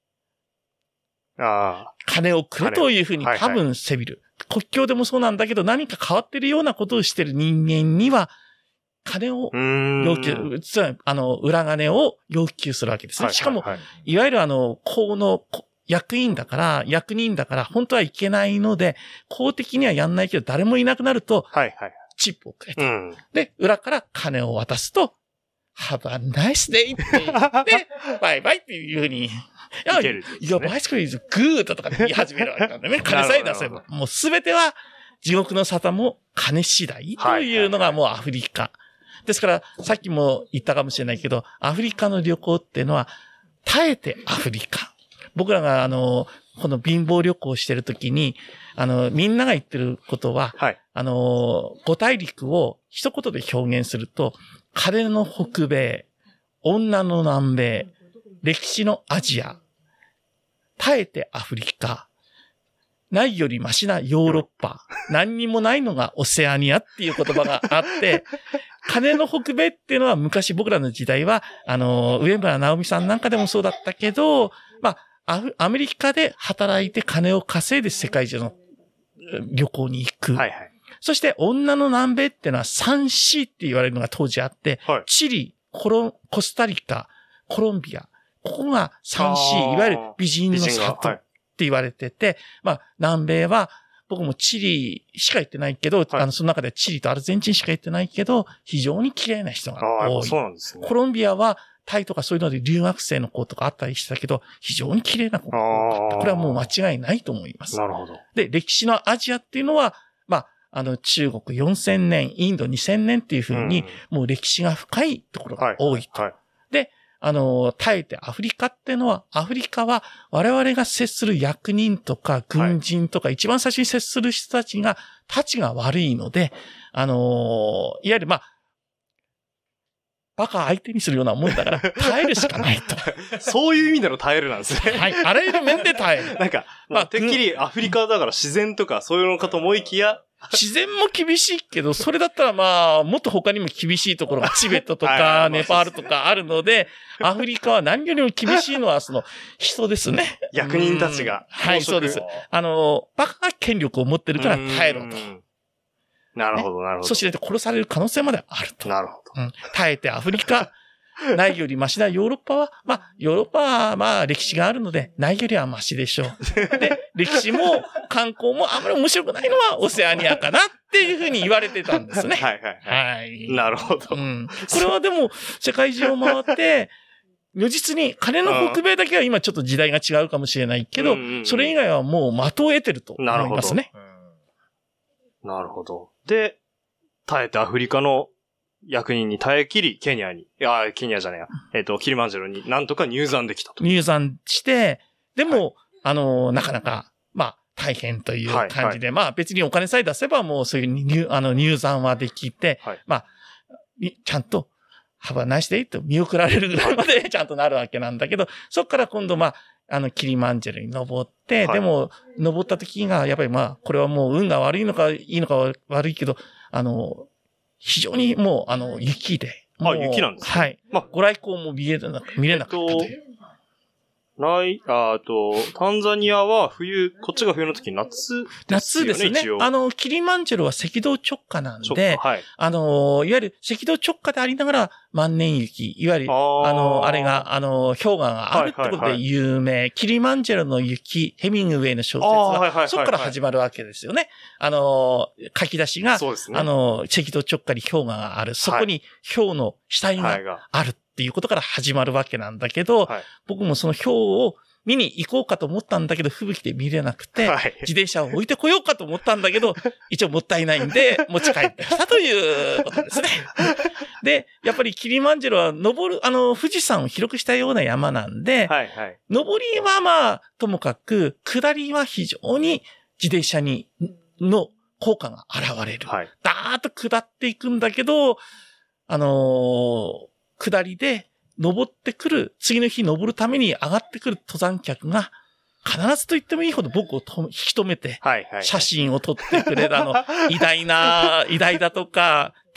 Speaker 2: 金をくれというふうに多分せびる。国境でもそうなんだけど、何か変わってるようなことをしてる人間には、金を要求、つまり、あの、裏金を要求するわけですね。しかも、いわゆるあの、公の役員だから、役人だから、本当はいけないので、公的にはやんないけど、誰もいなくなると、チップをくれと。で、裏から金を渡すと、Have a nice day って言って、バイバイっていうふうに、いや、いや、バイスクリーズグーだとか言い始めるわけなんだね。金さえ出せば。もうすべては、地獄の沙汰も金次第というのがもうアフリカ。ですから、さっきも言ったかもしれないけど、アフリカの旅行っていうのは、耐えてアフリカ。僕らがあの、この貧乏旅行をしてるときに、あの、みんなが言ってることは、はい、あの、五大陸を一言で表現すると、金の北米、女の南米、歴史のアジア、耐えてアフリカ、ないよりマシなヨーロッパ、何にもないのがオセアニアっていう言葉があって、金の北米っていうのは昔僕らの時代は、あの、上村直美さんなんかでもそうだったけど、まあ、アメリカで働いて金を稼いで世界中の旅行に行く。はいはい、そして女の南米っていうのは スリーシー って言われるのが当時あって、はい、チリ、コロ、コスタリカ、コロンビア、ここが スリーシー、いわゆる美人の里って言われてて、はい、まあ、南米は、僕もチリしか行ってないけど、はい、あの、その中でチリとアルゼンチンしか行ってないけど、非常に綺麗な人が多い。
Speaker 3: そうなんですね。
Speaker 2: コロンビアは、タイとかそういうので留学生の子とかあったりしたけど、非常に綺麗な子が多かった。これはもう間違いないと思います。
Speaker 3: なるほど。
Speaker 2: で、歴史のアジアっていうのは、まあ、あの、中国よんせんねん、インドにせんねんっていうふうに、うん、もう歴史が深いところが多いと。はいはい、で、あの、耐えてアフリカっていうのは、アフリカは我々が接する役人とか軍人とか、はい、一番最初に接する人たちが、たちが悪いので、あの、いわゆるまあ、バカ相手にするようなもんだから、耐えるしかないと。
Speaker 3: そういう意味での耐えるなんですね。
Speaker 2: はい。あらゆる面で耐える。
Speaker 3: なんか、まあ、てっきりアフリカだから自然とかそういうのかと思いきや、
Speaker 2: 自然も厳しいけど、それだったらまあ、もっと他にも厳しいところがチベットとか、ネパールとかあるので、アフリカは何よりも厳しいのはその人ですね。
Speaker 3: 役人たちが。
Speaker 2: はい、そうです。あの、バカが権力を持ってるから耐えろと。
Speaker 3: なるほど、なるほど。
Speaker 2: そうしないと殺される可能性まであると。
Speaker 3: なるほど。
Speaker 2: うん、耐えてアフリカ、ないよりマシなヨーロッパは、まあ、ヨーロッパはまあ歴史があるので、ないよりはマシでしょう。で、歴史も観光もあんまり面白くないのはオセアニアかなっていうふうに言われてたんですね。
Speaker 3: はいはいはい。はい。なるほど。
Speaker 2: うん。これはでも、世界中を回って、如実に、金の北米だけは今ちょっと時代が違うかもしれないけど、うんうんうん、それ以外はもう的を得てると思いますね。
Speaker 3: なるほど。で、耐えてアフリカの役人に耐えきり、ケニアに、いや、ケニアじゃないや、えっ、ー、と、キリマンジャロになんとか入山できたと。
Speaker 2: 入山して、でも、はい、あの、なかなか、まあ、大変という感じで、はいはい、まあ、別にお金さえ出せばもうそういう入、あの、入山はできて、はい、まあ、ちゃんと、幅なしでいいと見送られるぐらいまでちゃんとなるわけなんだけど、そっから今度、まあ、あの、キリマンジャロに登って、はい、でも、登った時が、やっぱりまあ、これはもう運が悪いのか、いいのか悪いけど、あの、非常にもう、あの、雪で。
Speaker 3: あ、雪なんですか、
Speaker 2: はい。まあ、ご来光も見えな見れなかったという。えっと
Speaker 3: ない、あと、タンザニアは冬、こっちが冬の時夏ですよね。
Speaker 2: 夏ですね。あの、キリマンジャロは赤道直下なんで、はい、あの、いわゆる赤道直下でありながら万年雪、いわゆる、あ, あの、あれが、あの、氷河があるってことで有名、はいはいはい、キリマンジャロの雪、ヘミングウェイの小説は、はいはいはいはい、そこから始まるわけですよね。あの、書き出しが、そうですね、あの、赤道直下に氷河がある。そこに氷の死体がある。っていうことから始まるわけなんだけど、はい、僕もその氷を見に行こうかと思ったんだけど、吹雪で見れなくて、はい、自転車を置いてこようかと思ったんだけど、一応もったいないんで、持ち帰ってきたということですね。で、やっぱりキリマンジャロは登る、あの、富士山を広くしたような山なんで、はいはい、登りはまあ、ともかく、下りは非常に自転車に、の効果が現れる。はい、だーっと下っていくんだけど、あのー、下りで登ってくる、次の日登るために上がってくる登山客が、必ずと言ってもいいほど僕をと引き止めて、写真を撮ってくれる、あの、偉大な、偉大だとか、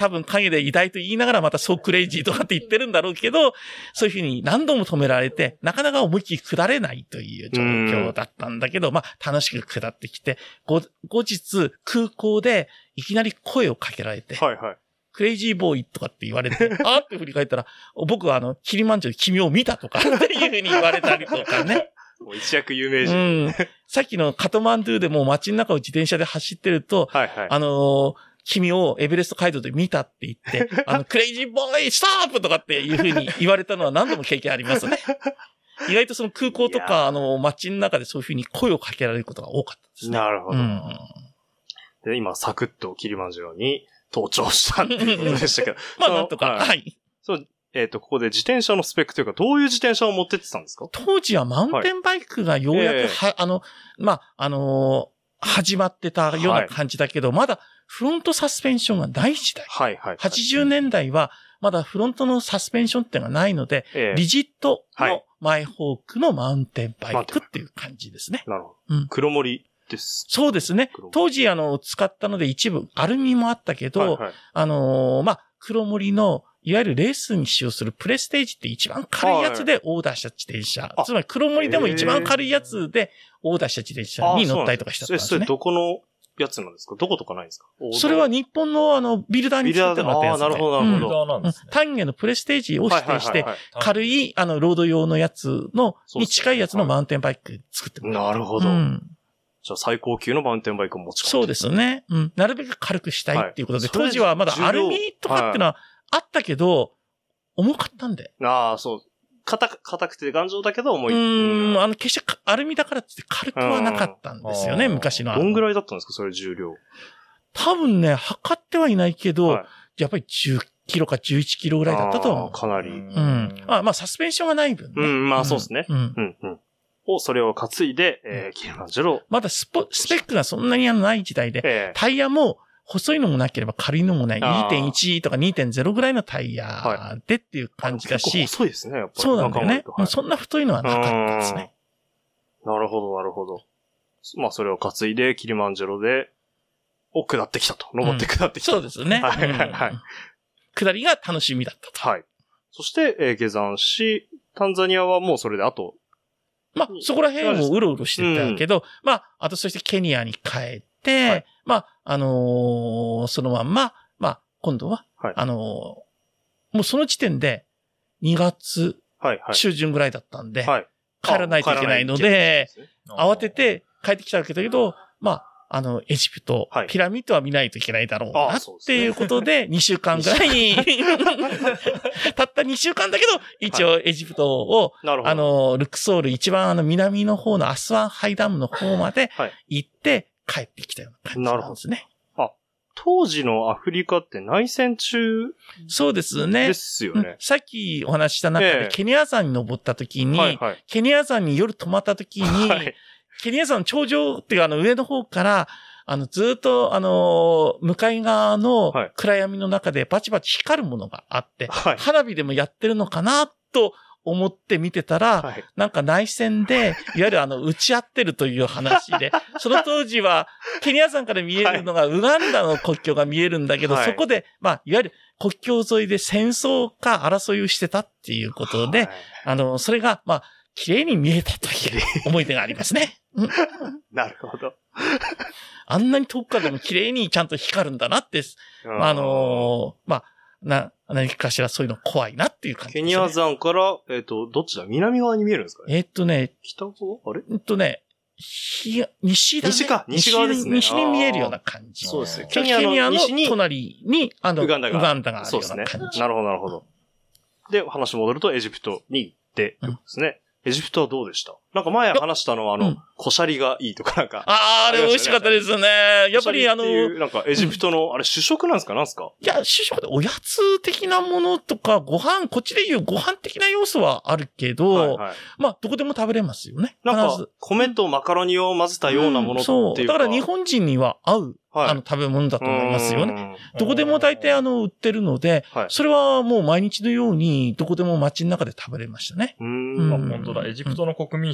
Speaker 2: 多分影で偉大と言いながらまたそうクレイジーとかって言ってるんだろうけど、そういうふうに何度も止められて、なかなか思いっきり下れないという状況だったんだけど、まあ楽しく下ってきて、後日空港でいきなり声をかけられて、はいはい、クレイジーボーイとかって言われて、あーって振り返ったら、僕はあの、キリマンジャロで君を見たとかっていうふうに言われたりとかね。
Speaker 3: もう一躍有名人。
Speaker 2: うん。さっきのカトマンドゥでもう街の中を自転車で走ってると、はいはい、あのー、君をエベレスト街道で見たって言って、あの、クレイジーボーイストップとかっていうふうに言われたのは何度も経験ありますね。意外とその空港とか、あの、街の中でそういうふうに声をかけられることが多かったですね。
Speaker 3: なるほど。うん、で、今、サクッとキリマンジャロに登頂したっていうことでしたけど。
Speaker 2: まあ、なんとか、はい。はい、
Speaker 3: そう、えっ、ー、と、ここで自転車のスペックというか、どういう自転車を持ってってたんですか？
Speaker 2: 当時はマウンテンバイクがようやくは、はい、えー、あの、まあ、あのー、始まってたような感じだけど、はい、まだフロントサスペンションがない時代。はいはいはい、はちじゅうねんだいは、まだフロントのサスペンションっていうのがないので、えー、リジットのマイホークのマウンテンバイクっていう感じですね。
Speaker 3: なるほど。うん、黒森です。
Speaker 2: そうですね。当時、あの、使ったので一部アルミもあったけど、はいはい、あのー、まあ、黒森のいわゆるレースに使用するプレステージって一番軽いやつでオーダーした自転車。つまり黒森でも一番軽いやつでオーダーした自転車に乗ったりとかしたんですね。
Speaker 3: それどこのやつなんですか？どことかないんですか？
Speaker 2: それは日本のあのビルダーに作ってもらったやつで。
Speaker 3: ああ、なるほど、なるほど。
Speaker 2: うん、単元のプレステージを指定して、軽いあのロード用のやつの、に近いやつのマウンテンバイク作ってもらった。
Speaker 3: なるほど。うん、じゃあ最高級のマウンテンバイクを持ち込んで。
Speaker 2: そうですね。うん。なるべく軽くしたいっていうことで、はい、当時はまだアルミとかっていうのはあったけど、重かったんで。
Speaker 3: ああ、そう。硬く、硬くて頑丈だけど重い。
Speaker 2: うん、あの、決してアルミだからって軽くはなかったんですよね、昔の。
Speaker 3: どんぐらいだったんですか、それ重量。
Speaker 2: 多分ね、測ってはいないけど、はい、やっぱりじゅっキロかじゅういちキロぐらいだったと思う。
Speaker 3: かなり。う
Speaker 2: ん。あまあ、サスペンションがない分ね。
Speaker 3: うん、まあそうですね。うん。うん、うん。を、それを担いで、えー、キリマンジャロ。
Speaker 2: まだスポ、スペックがそんなにない時代で、えー、タイヤも、細いのもなければ軽いのもない。にてんいち とか にてんゼロ ぐらいのタイヤでっていう感じだし。
Speaker 3: 結構細いですね、やっぱり。
Speaker 2: そうなんだよね。はい、そんな太いのはなかったですね。
Speaker 3: なるほど、なるほど。まあ、それを担いで、キリマンジャロで、を下ってきたと。登って下ってきた、
Speaker 2: うん。そうですね。はいはいはい。下りが楽しみだったと。
Speaker 3: はい。そして、えー、下山し、タンザニアはもうそれであと。
Speaker 2: まあ、そこら辺もうろうろしてたけど、うん、まあ、あとそしてケニアに帰って、はい、まあ、あのー、そのまんま、まあ、今度は、はい、あのー、もうその時点でにがつ中旬ぐらいだったんで、はいはい、帰らないといけないので、慌てて帰ってきたわけだけど、まあ、あの、エジプト、はい、ピラミッドは見ないといけないだろうな、っていうことで、にしゅうかんぐらいに、たったにしゅうかんだけど、一応エジプトを、はい、あの、ルクソール一番あの南の方のアスワンハイダムの方まで行って、帰ってきたような感じなんですね。
Speaker 3: あ、当時のアフリカって内戦中
Speaker 2: そうですね。
Speaker 3: ですよね。うん、
Speaker 2: さっきお話しした中で、ええ、ケニア山に登った時に、はいはい、ケニア山に夜泊まった時に、はい、ケニア山の頂上っていうかあの上の方から、あのずっとあの向かい側の暗闇の中でバチバチ光るものがあって、はい、花火でもやってるのかなと思って見てたら、はい、なんか内戦で、いわゆるあの、撃ち合ってるという話で、その当時は、ケニア山から見えるのが、ウガンダの国境が見えるんだけど、はい、そこで、まあ、いわゆる国境沿いで戦争か争いをしてたっていうことで、はい、あの、それが、まあ、綺麗に見えたという思い出がありますね。
Speaker 3: なるほど。
Speaker 2: あんなに遠くからでも綺麗にちゃんと光るんだなって、あ、あのー、まあ、な、何かしらそういうの怖いなっていう感じですね。
Speaker 3: ケニア山から、えっと、どっちだ？南側に見えるんですかね？
Speaker 2: えっとね、
Speaker 3: 北側？あれ？
Speaker 2: えっとね、ひ、西だね。
Speaker 3: 西か。西側ですね。
Speaker 2: 西に見えるような感じ。
Speaker 3: そうですね。
Speaker 2: ケニアの隣に、あの、ウガンダが、ウガンダがあるような感じ。そうですね。
Speaker 3: なるほど、なるほど。で、話戻るとエジプトに行って、うん、ですね。エジプトはどうでした？なんか前話したのはあの、うん、コシャリがいいとかなんか。
Speaker 2: ああ、あれ美味しかったですね。やっぱりあの、
Speaker 3: なんかエジプトの、うん、あれ主食なんですかなんですか？
Speaker 2: いや、主食でおやつ的なものとか、ご飯、こっちで言うご飯的な要素はあるけど、はいはい、まあ、どこでも食べれますよね。
Speaker 3: なんか、米とマカロニを混ぜたようなものっていうか、うん、そう。
Speaker 2: だから日本人には合う。はい、あの、食べ物だと思いますよね。どこでも大体あの、売ってるので、はい、それはもう毎日のように、どこでも街の中で食べれましたね。
Speaker 4: うん。まあ、本当だ。エジプトの国民食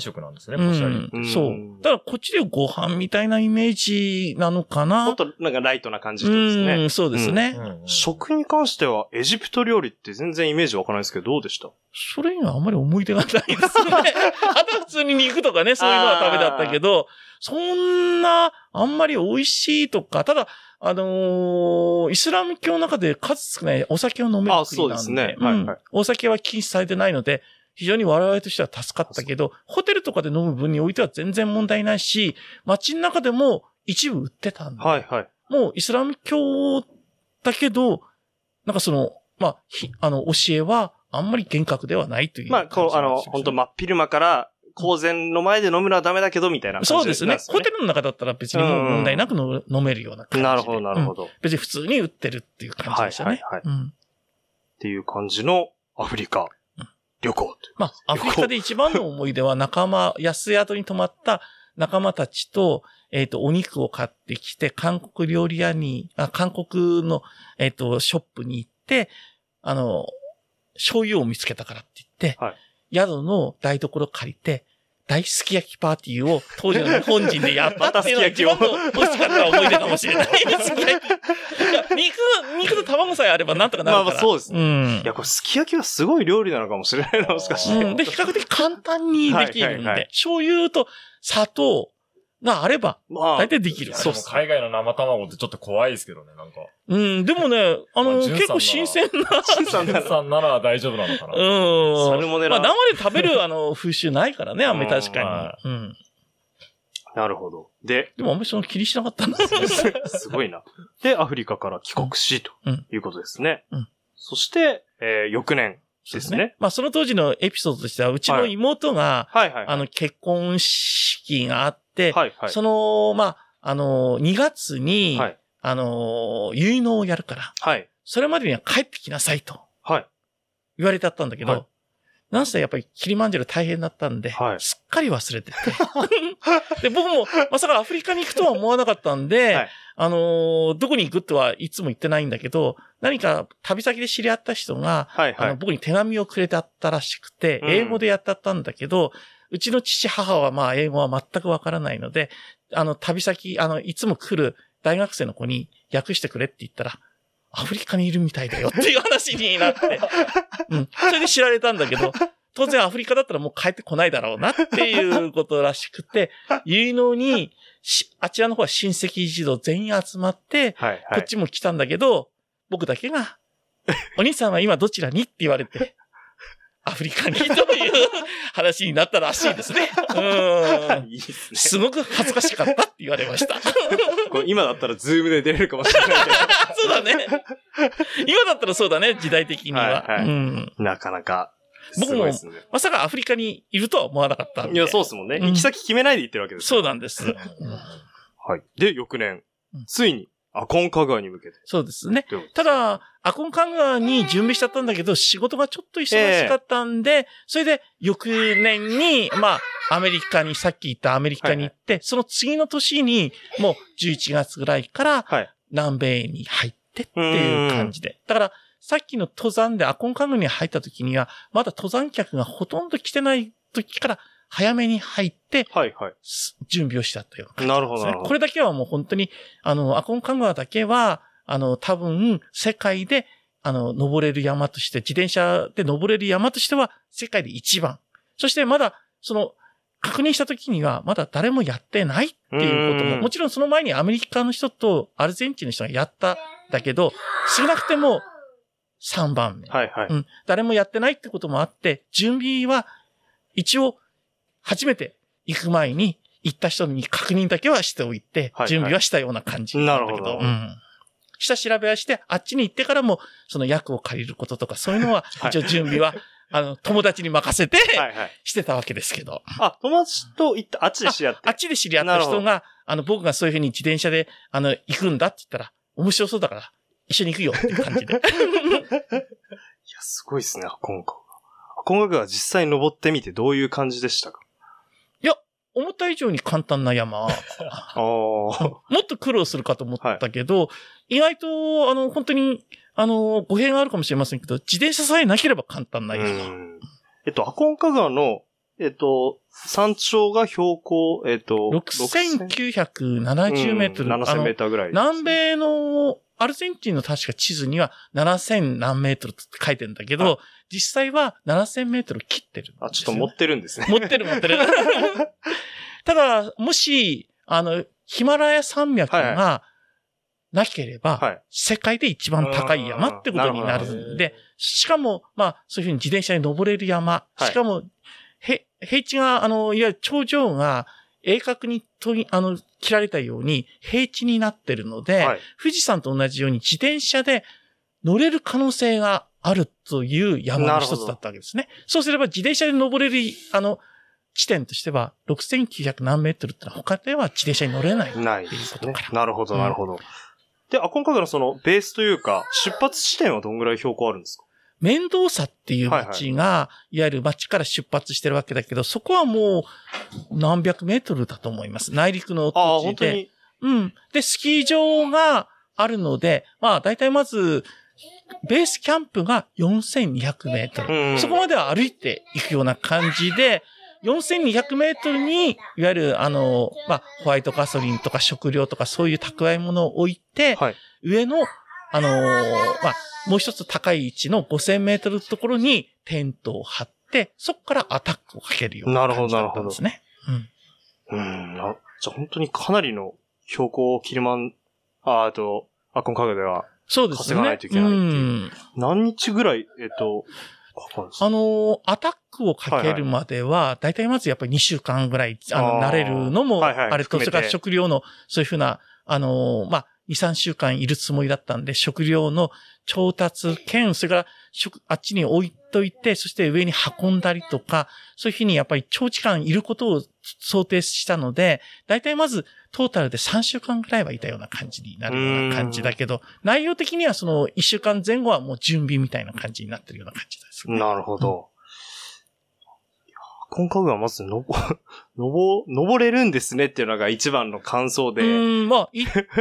Speaker 4: 色なんですね、ポシャリ。
Speaker 2: うん、そう。だからこっちでご飯みたいなイメージなのかな。
Speaker 3: もっとなんかライトな感じですね。
Speaker 2: うん、そうですね、
Speaker 3: うんうん。食に関してはエジプト料理って全然イメージわからないですけど、どうでした？
Speaker 2: それにはあんまり思い出がないですね。あとは普通に肉とかね、そういうのは食べだったけど、そんな、あんまり美味しいとか、ただ、あのー、イスラム教の中で数少ないお酒を飲める国なんで、あ、そうですね。はいはい、お酒は禁止されてないので、非常に我々としては助かったけど、ホテルとかで飲む分においては全然問題ないし、街の中でも一部売ってたんで、はいはい、もうイスラム教だけど、なんかその、まあ、ひあの、教えはあんまり厳格ではないという、ね。
Speaker 3: まあ、こう、あの、本当真っ昼間から、公然の前で飲むのはダメだけど、みたいな感じ
Speaker 2: そうですね。ホテルの中だったら別にもう問題なくの、うん、飲めるような感じで。
Speaker 3: なるほど、なるほど、うん。
Speaker 2: 別に普通に売ってるっていう感じでしたね。はいはいはい。うん、
Speaker 3: っていう感じのアフリカ旅行、うん。
Speaker 2: まあ、アフリカで一番の思い出は仲間、安宿に泊まった仲間たちと、えっと、お肉を買ってきて、韓国料理屋に、あ韓国の、えっと、ショップに行って、あの、醤油を見つけたからって言って、はい、宿の台所借りて、大すき焼きパーティーを当時の日本人でやったっていうのが一番の美味しかった思い出かもしれない。すき焼き。肉、肉と卵さえあればなんとかなるから。まあまあ
Speaker 3: そうですね。うん、いや、これすき焼きはすごい料理なのかもしれないな、もしかして。
Speaker 2: うん。で、比較的簡単にできるんで、はいはいはい、醤油と砂糖があれば、大体できる。
Speaker 4: そう、海外の生卵ってちょっと怖いですけどね、なんか。
Speaker 2: うん、でもね、あの、結構新鮮な。
Speaker 4: 新鮮なら大丈夫なのかな。
Speaker 2: うん。
Speaker 3: サルモネラ。
Speaker 2: まあ生で食べる、あの、風習ないからね、あんまり確かに。うん。
Speaker 3: なるほど。で。
Speaker 2: でもあんまりその気にしなかったな。
Speaker 3: すごいな。で、アフリカから帰国し、ということですね。うん。そして、えー、翌年。ですね。
Speaker 2: まあその当時のエピソードとしては、うちの妹が、はい、はいはいはい、あの、結婚式があって、はいはい、その、まあ、あの、にがつに、はい、あの、結納をやるから、はい、それまでには帰ってきなさいと、はい、言われてあったんだけど、はい、なんせやっぱりキリマンジャロ大変だったんで、はい、すっかり忘れてて。で、僕もまさかアフリカに行くとは思わなかったんで、はい、あのー、どこに行くとはいつも言ってないんだけど、何か旅先で知り合った人が、はいはい、あの僕に手紙をくれてあったらしくて、英語でやってあったんだけど、うん、うちの父母はまあ英語は全くわからないので、あの旅先、あの、いつも来る大学生の子に訳してくれって言ったら、アフリカにいるみたいだよっていう話になって、うん。それで知られたんだけど、当然アフリカだったらもう帰ってこないだろうなっていうことらしくて、結納に、あちらの方は親戚一同全員集まって、はいはい、こっちも来たんだけど、僕だけが、お兄さんは今どちらにって言われて、アフリカにという話になったらしいですね。うん。いいですね。すごく恥ずかしかったって言われました。
Speaker 3: これ今だったらズームで出れるかもしれないけど。
Speaker 2: そうだね。今だったらそうだね、時代的には。はいはい、うん、
Speaker 3: なかなか。
Speaker 2: 僕も、まさかアフリカにいるとは思わなかったんで。
Speaker 3: いや、そうですもんね。行き先決めないで行ってるわけです、
Speaker 2: そうなんです。うん、
Speaker 3: はい。で、翌年、ついに、アコンカグアに向けて。
Speaker 2: そうですね。ただ、アコンカグアに準備しちゃったんだけど、仕事がちょっと忙しかったんで、えー、それで、翌年に、まあ、アメリカに、さっき言ったアメリカに行って、はいはい、その次の年に、もうじゅういちがつぐらいから、南米に入ってっていう感じで。だから、さっきの登山でアコンカグアに入った時には、まだ登山客がほとんど来てない時から、早めに入って、はいはい、準備をしちゃったような感じですね。なるほど、なるほど。これだけはもう本当に、あの、アコンカグアだけは、あの、多分、世界で、あの、登れる山として、自転車で登れる山としては、世界で一番。そしてまだ、その、確認した時には、まだ誰もやってないっていうことも、もちろんその前にアメリカの人とアルゼンチンの人がやったんだけど、少なくてもさんばんめ。はいはい。うん。誰もやってないってこともあって、準備は、一応、初めて行く前に行った人に確認だけはしておいて、準備はしたような感じなんだけど。なるほど。うん。下調べはして、あっちに行ってからも、その役を借りることとか、そういうのは、一応準備は、あの、友達に任せて、してたわけですけど。
Speaker 3: あ、友達と行った、あっちで知り合って
Speaker 2: あっちで知り合った人が、あの、僕がそういうふうに自転車で、あの、行くんだって言ったら、面白そうだから、一緒に行くよっていう感じで。いや、
Speaker 3: すごいですね、アコンカグア。アコンカグア実際に登ってみてどういう感じでしたか？
Speaker 2: いや、思った以上に簡単な山。もっと苦労するかと思ったけど、はい、意外と、あの、本当に、あの、語弊があるかもしれませんけど、自転車さえなければ簡単な山。
Speaker 3: えっと、アコンカグアのえっと、山頂が標高、えっと、
Speaker 2: ろくせんきゅうひゃくななじゅうメートル。うん、
Speaker 3: ななせんメーターぐらい、ね。
Speaker 2: 南米のアルゼンチンの確か地図にはななせん何メートルって書いてるんだけど、はい、実際はななせんメートル切ってるんですよ、ね。
Speaker 3: あ、ちょっと持ってるんですね。
Speaker 2: 持ってる持ってる。ただ、もし、あの、ヒマラヤ山脈がなければ、はいはい、世界で一番高い山ってことになるんで、しかも、まあ、そういうふうに自転車に登れる山、しかも、へ、平地が、あの、いわゆる頂上が鋭角にとあの、切られたように平地になってるので、はい、富士山と同じように自転車で乗れる可能性があるという山の一つだったわけですね。そうすれば自転車で登れる、あの、地点としては、ろくせんきゅうひゃく何メートルってのは他では自転車に乗れないっていうことから。
Speaker 3: なるほど、なるほど。うん、で、アコンカグのそのベースというか、出発地点はどんぐらい標高あるんですか？
Speaker 2: メンドーサっていう町が、はいはい、いわゆる町から出発してるわけだけど、そこはもう何百メートルだと思います。内陸の土地で。ああ、本当に。うん。で、スキー場があるので、まあ、大体まず、ベースキャンプがよんせんにひゃくメートル。うん、そこまでは歩いていくような感じで、よんせんにひゃくメートルに、いわゆる、あの、まあ、ホワイトガソリンとか食料とかそういう蓄え物を置いて、はい、上の、あのー、まあ、もう一つ高い位置のごせんメートルのところにテントを張って、そこからアタックをかけるような感じだったんですね。
Speaker 3: なるほど、なるほど。うん。うん。じゃあ本当にかなりの標高をキリマン、あ、あと、アコンカグでは、
Speaker 2: そうですね。
Speaker 3: 稼がないといけないっていう。うん、何日ぐらい、えっと、
Speaker 2: あのー、アタックをかけるまでは、だいたいまずやっぱりにしゅうかんぐらい、あの、慣れるのも、あれと、それから食料の、そういうふうな、あのー、まあ、に、さんしゅうかんいるつもりだったんで、食料の調達兼、それから食、あっちに置いといて、そして上に運んだりとか、そういうふうにやっぱり長時間いることを想定したので、だいたいまずトータルでさんしゅうかんぐらいはいたような感じになるような感じだけど、内容的にはそのいっしゅうかんぜん後はもう準備みたいな感じになってるような感じです、ね。
Speaker 3: なるほど。コンカグはまずのぼ、のぼ、登れるんですねっていうのが一番の感想で。
Speaker 2: うん、まあ、行ってから、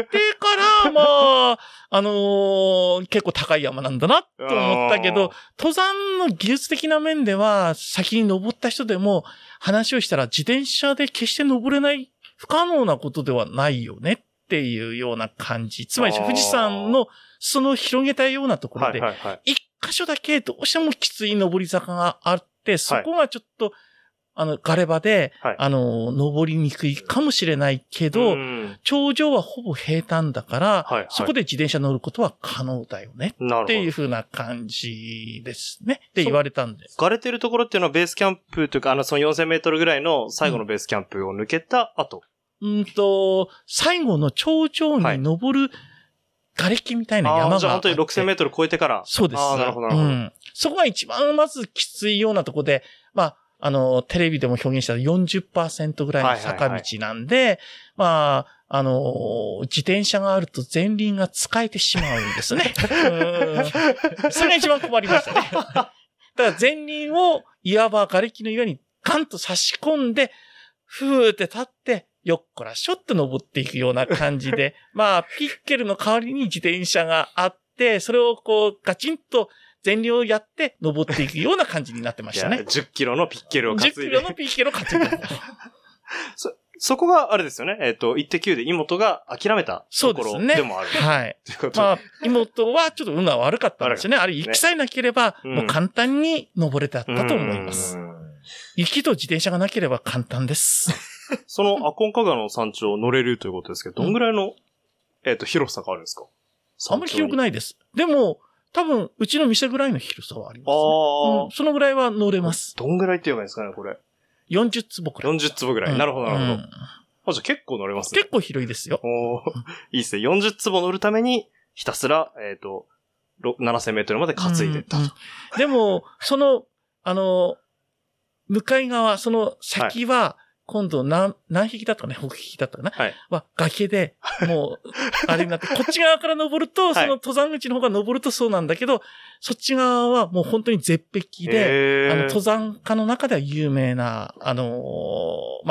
Speaker 2: まあ、あのー、結構高い山なんだなと思ったけど、登山の技術的な面では、先に登った人でも話をしたら自転車で決して登れない不可能なことではないよねっていうような感じ。つまり富士山のその広げたようなところで、一箇所だけどうしてもきつい登り坂があって、そこがちょっと、あの、ガレ場で、はい、あの、登りにくいかもしれないけど、頂上はほぼ平坦だから、はいはい、そこで自転車乗ることは可能だよね。っていう風な感じですね。って言われたんです。
Speaker 3: ガレてるところっていうのはベースキャンプというか、あの、そのよんせんメートルぐらいの最後のベースキャンプを抜けた後。
Speaker 2: うん、うんと、最後の頂上に登る瓦礫みたいな山があって、はい、
Speaker 3: じゃあ本当にろくせんメートル超えてから。
Speaker 2: そうです。
Speaker 3: あなるほど、なるほど。うん。
Speaker 2: そこが一番まずきついようなところで、まあ、あの、テレビでも表現したら よんじゅっパーセント ぐらいの坂道なんで、はいはいはい、まあ、あの、自転車があると前輪が使えてしまうんですね。うんそれが一番困りましたね。だから前輪をいわば瓦礫の上にガンと差し込んで、ふーって立って、よっこらしょっと登っていくような感じで、まあ、ピッケルの代わりに自転車があって、それをこうガチンと前輪をやって登っていくような感じになってましたね。
Speaker 3: じゅっキロのピッケルを担いで。
Speaker 2: じゅっキロのピッケルを担いで。
Speaker 3: そ、そこがあれですよね。えっ、ー、と、イッテ Q で妹が諦めたところでもある。
Speaker 2: そうですね。はい。まあ、妹はちょっと運が悪かったんですよね。あれ、行きさえなければ、もう簡単に登れたと思います。雪と自転車がなければ簡単です。
Speaker 3: そのアコンカガの山頂を乗れるということですけど、どんぐらいの、うん、えっ、ー、と、広さがあるんですか？
Speaker 2: あんまり広くないです。でも、多分、うちの店ぐらいの広さはあります、ね。ああ、うん。そのぐらいは乗れます。
Speaker 3: どんぐらいって言えばいいんですかね、これ。
Speaker 2: よんじゅっつぼくらい。
Speaker 3: よんじゅっつぼぐらい。うん、なるほど、なるほど。うん、あ、じゃあ結構乗れますね。
Speaker 2: 結構広いですよ。
Speaker 3: おいいっすね。よんじゅっつぼ乗るために、ひたすら、えっ、ー、と、ななせんメートルまで担いでったと。うんうん、
Speaker 2: でも、その、あの、向かい側、その先は、はい今度何、何匹だったかね、北匹だったかな。はい。は、崖で、もう、あれになって、こっち側から登ると、その登山口の方が登るとそうなんだけど、そっち側はもう本当に絶壁で、あの、登山家の中では有名な、あのー、まあ、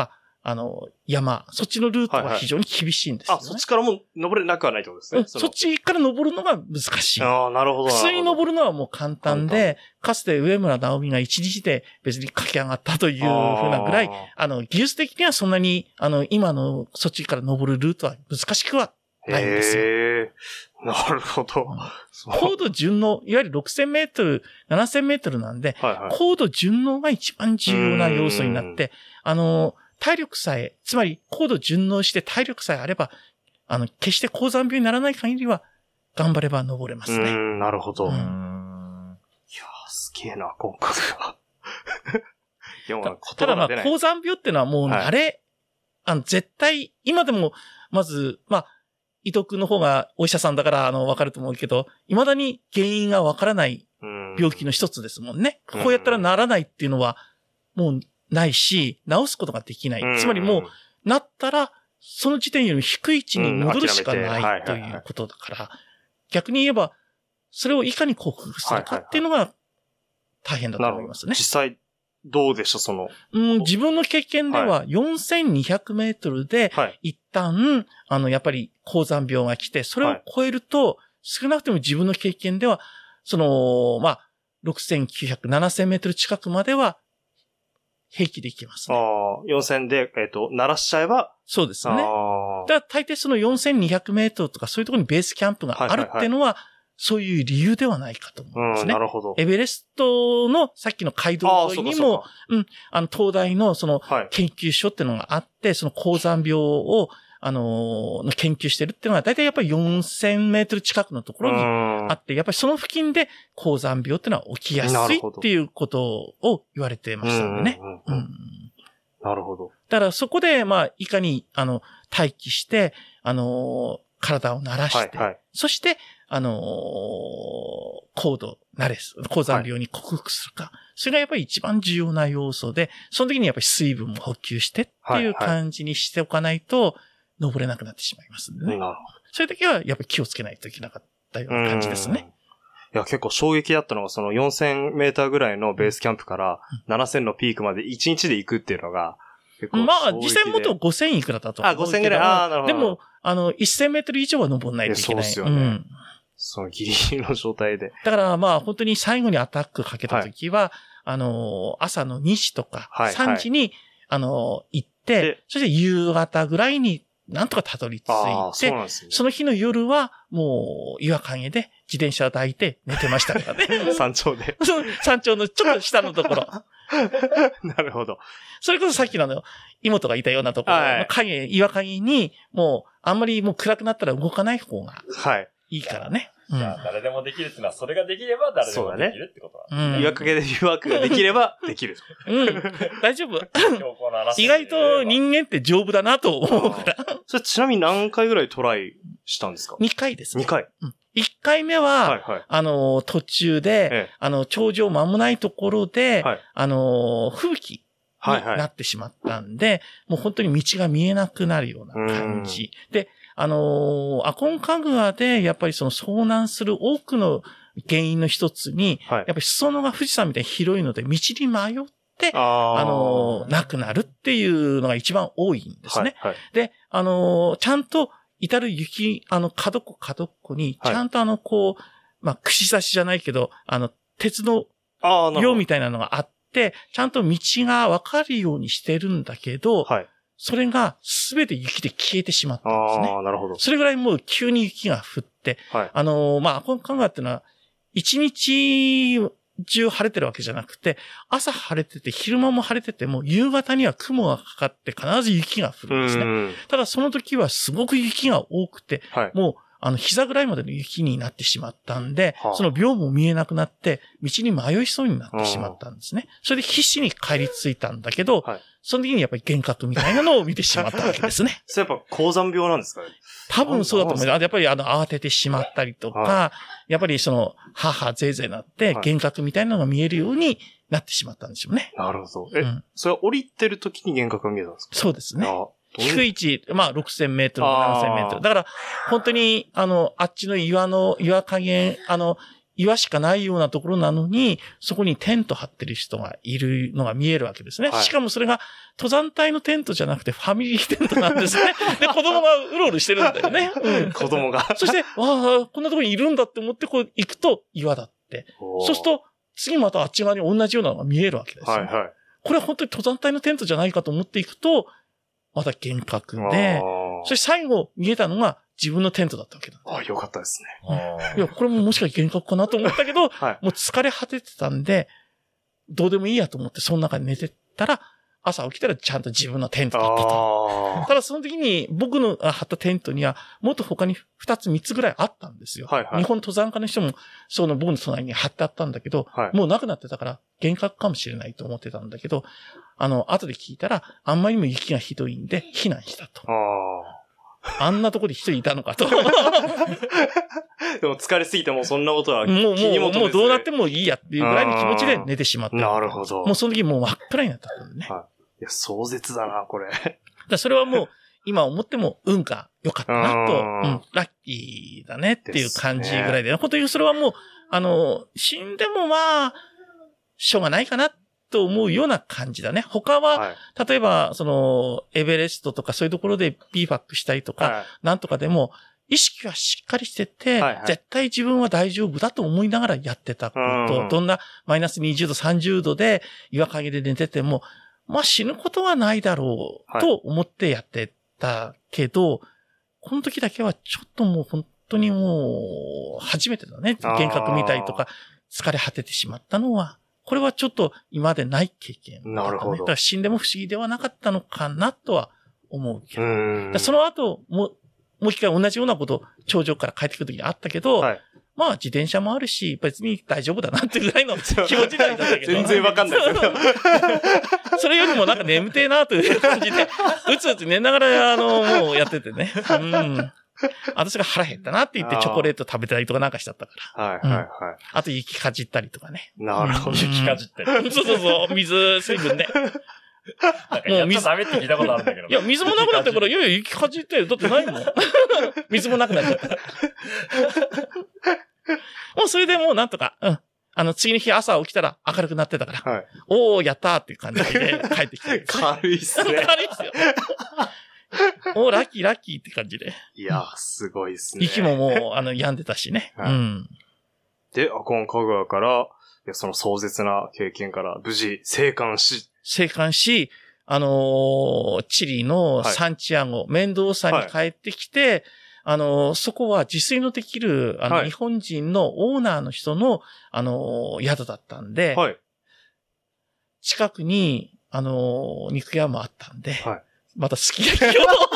Speaker 2: あの、山、そっちのルートは非常に厳しいんですよね。
Speaker 3: はいはい、あ、そっちからも登れなくはないってことですね。
Speaker 2: うん、そ, そっちから登るのが難しい。
Speaker 3: ああ、なるほど。
Speaker 2: 普通に登るのはもう簡単で、かつて上村直美が一日で別に駆け上がったというふうなぐらい、あ, あの、技術的にはそんなに、あの、今のそっちから登るルートは難しくはないんですよ。
Speaker 3: へー、なるほど。
Speaker 2: 高度順応、いわゆるろくせんメートル、ななせんメートルなんで、はいはい、高度順応が一番重要な要素になって、あの、体力さえ、つまり高度順応して体力さえあれば、あの、決して高山病にならない限りは、頑張れば登れますね。
Speaker 3: うん、なるほど。うん、いやー、すげえな、今回は。
Speaker 2: ただまあ、高山病ってのはもう慣れ、はい、あの、絶対、今でも、まず、まあ、伊藤君の方がお医者さんだから、あの、わかると思うけど、未だに原因がわからない病気の一つですもんね。こうやったらならないっていうのは、もう、ないし、治すことができない。つまりもう、なったら、その時点より低い位置に戻るしかないということだから、逆に言えば、それをいかに克服するかっていうのが大変だと思いますね。
Speaker 3: 実際、どうでしたその、
Speaker 2: うん、自分の経験ではよんせんにひゃくメートルで、一旦、あの、やっぱり高山病が来て、それを超えると、少なくとも自分の経験では、その、まあ、ろくせんきゅうひゃく、ななせんメートル近くまでは、平気できますね。
Speaker 3: ああ、よんせんで、えっと、鳴らしちゃえば。
Speaker 2: そうですね。だから大抵そのよんせんにひゃくメートルとかそういうところにベースキャンプがあるっていうのは、そういう理由ではないかと思うんですね。
Speaker 3: うん、なるほど。
Speaker 2: エベレストのさっきの街道沿いにも、うん、あの、東大のその研究所っていうのがあって、はい、その高山病を、あのー、の研究してるっていうのは、だいたいやっぱりよんせんメートル近くのところにあって、やっぱりその付近で高山病っていうのは起きやすいっていうことを言われてましたんでね。
Speaker 3: うんうんうんうん、なるほど。
Speaker 2: だからそこで、まあ、いかに、あの、待機して、あのー、体を慣らして、はいはい、そして、あのー、高度、慣れす、高山病に克服するか、はい。それがやっぱり一番重要な要素で、その時にやっぱり水分も補給してっていう感じにしておかないと、はいはい、登れなくなってしまいますんでね。なるほど。そういう時はやっぱり気をつけないといけなかったような感じですね。
Speaker 3: いや、結構衝撃だったのが、そのよんせんメーターぐらいのベースキャンプからななせんのピークまでいちにちで行くっていうのが、結構
Speaker 2: まあ、実際もっとごせんいくらだと思うけど。
Speaker 3: あ、ごせんぐらい。ああ、なるほど。
Speaker 2: でも、あの、せんメートル以上は登んないといけない。
Speaker 3: そうですよね。うん、そのギリギリの状態で。
Speaker 2: だからまあ、本当に最後にアタックかけた時は、はい、あの、朝のにじとかさんじに、はいはい、あの、行って、そして夕方ぐらいになんとかたどり着いて、そ, ね、その日の夜はもう岩陰で自転車を抱いて寝てましたからね。
Speaker 3: 山頂で。
Speaker 2: 山頂のちょっと下のところ。
Speaker 3: なるほど。
Speaker 2: それこそさっきのあの、妹がいたようなところの影、はい、岩陰に、もうあんまりもう暗くなったら動かない方がいいからね。
Speaker 4: はい、じゃあ、誰でもできるっていうのは、それができれば誰でもできるってことだ。
Speaker 3: ね、うん、岩陰で岩陰ができればできる。
Speaker 2: うん。大丈夫。意外と人間って丈夫だなと思うから。
Speaker 3: それちなみに何回ぐらいトライしたんですか？
Speaker 2: に 回ですね。
Speaker 3: にかい。
Speaker 2: うん。いっかいめは、はいはい、あの、途中で、ええ、あの、頂上間もないところで、はい、あの、吹雪になってしまったんで、はいはい、もう本当に道が見えなくなるような感じ。で、あのー、アコンカグアで、やっぱりその遭難する多くの原因の一つに、はい、やっぱり裾野が富士山みたいに広いので、道に迷って、あ、あのー、なくなるっていうのが一番多いんですね。はいはい、で、あのー、ちゃんと、至る雪、あの、角っこ角っこに、ちゃんとあの、こう、まあ、串刺しじゃないけど、あの、鉄の量みたいなのがあって、ちゃんと道がわかるようにしてるんだけど、はい、それがすべて雪で消えてしまったんですね。
Speaker 3: ああ、なるほど。
Speaker 2: それぐらいもう急に雪が降って、はい、あのー、まあ、アコンカグアっていうのは、一日中晴れてるわけじゃなくて、朝晴れてて、昼間も晴れてても、夕方には雲がかかって必ず雪が降るんですね。ただその時はすごく雪が多くて、はい、もう、あの、膝ぐらいまでの雪になってしまったんで、はあ、その秒も見えなくなって、道に迷いそうになってしまったんですね。それで必死に帰り着いたんだけど、はい、その時にやっぱり幻覚みたいなのを見てしまったわけですね。
Speaker 3: それやっぱ高山病なんですかね？
Speaker 2: 多分そうだと思う。やっぱりあの、慌ててしまったりとか、はい、やっぱりその、母ぜいぜいなって、幻覚みたいなのが見えるようになってしまったんでしょうね。
Speaker 3: なるほど。え、うん、それは降りてる時に幻覚が見えたんですか？
Speaker 2: そうですね。低い位置、まあ、ろくせんメートル、ななせんメートル。だから、本当に、あの、あっちの岩の、岩加減、あの、 岩しかないようなところなのに、そこにテント張ってる人がいるのが見えるわけですね。はい、しかもそれが登山隊のテントじゃなくてファミリーテントなんですね。で、子供がうろうろしてるんだよね。うん、
Speaker 3: 子供が。
Speaker 2: そして、わあ、こんなところにいるんだって思ってこう行くと岩だって。そうすると、次またあっち側に同じようなのが見えるわけですよ、ね。はいはい。これは本当に登山隊のテントじゃないかと思っていくと、また幻覚で、そして最後見えたのが自分のテントだったわけだ。
Speaker 3: ああ、よかったです
Speaker 2: ね。いや、これももしかして幻覚かなと思ったけど、はい、もう疲れ果ててたんで、どうでもいいやと思ってその中で寝てたら、朝起きたらちゃんと自分のテントだったと。ただその時に僕の張ったテントにはもっと他にふたつみっつぐらいあったんですよ。はいはい、日本登山家の人もその僕の隣に張ってあったんだけど、はい、もうなくなってたから幻覚かもしれないと思ってたんだけど、あの、後で聞いたらあんまりにも雪がひどいんで避難したと。あ, あんなとこで一人いたのかと。
Speaker 3: でも疲れすぎてもうそんなことは気
Speaker 2: にも
Speaker 3: も留めず
Speaker 2: もう、もうどうなってもいいやっていうぐらいの気持ちで寝てしまった。
Speaker 3: なるほど。
Speaker 2: もうその時もう真っ暗になったんでね。はい
Speaker 3: いや、壮絶だな、これ。
Speaker 2: だそれはもう、今思っても運が良かったなと、うん、ラッキーだねっていう感じぐらいで、ね、本当にそれはもう、あの、死んでもまあ、しょうがないかなと思うような感じだね。他は、はい、例えば、その、エベレストとかそういうところでビーバックしたりとか、はい、なんとかでも、意識はしっかりしてて、はいはい、絶対自分は大丈夫だと思いながらやってたこと、どんなマイナスにじゅうど、さんじゅうどで岩陰で寝てても、まあ死ぬことはないだろうと思ってやってたけど、はい、この時だけはちょっともう本当にもう初めてだね。幻覚見たりとか疲れ果ててしまったのは、これはちょっと今までない経験だったね。なるほど。だから死んでも不思議ではなかったのかなとは思うけど。うんその後も、もう一回同じようなこと頂上から帰ってくる時にあったけど、はいまあ自転車もあるし、別に大丈夫だなってぐらいの気持ちだったけど。
Speaker 3: 全然わかんないですけど。
Speaker 2: それよりもなんか眠てえなという感じで、うつうつ寝ながら、あの、もうやっててね。うん。私が腹減ったなって言ってチョコレート食べたりとかなんかしちゃったから。はいはいはい。うん、あと雪かじったりとかね。
Speaker 3: なるほど。
Speaker 4: 雪かじったり。
Speaker 2: そうそうそう。水、水分ね。
Speaker 4: もう水ダメって聞いたことあるんだけど。
Speaker 2: いや、水もなくなってから、いやいや、雪かじって、だってないもん。水もなくなっちゃったから。もうそれでもうなんとか、うん。あの、次の日朝起きたら明るくなってたから。はい、おー、やったーっていう感じで帰ってきて、ね。
Speaker 3: 軽いっすね。
Speaker 2: 軽いっすよ。おー、ラッキーラッキーって感じで。
Speaker 3: いやー、すごいっすね。
Speaker 2: 息ももう、あの、病んでたしね。はい、うん。
Speaker 3: で、アコンカグアから、いやその壮絶な経験から無事生還し、
Speaker 2: 生還し、あのー、チリのサンチアゴ、はい、メンドーサに帰ってきて、はい、あのー、そこは自炊のできる、あの、はい、日本人のオーナーの人の、あのー、宿だったんで、はい、近くに、あのー、肉屋もあったんで、はい、またすき焼きを、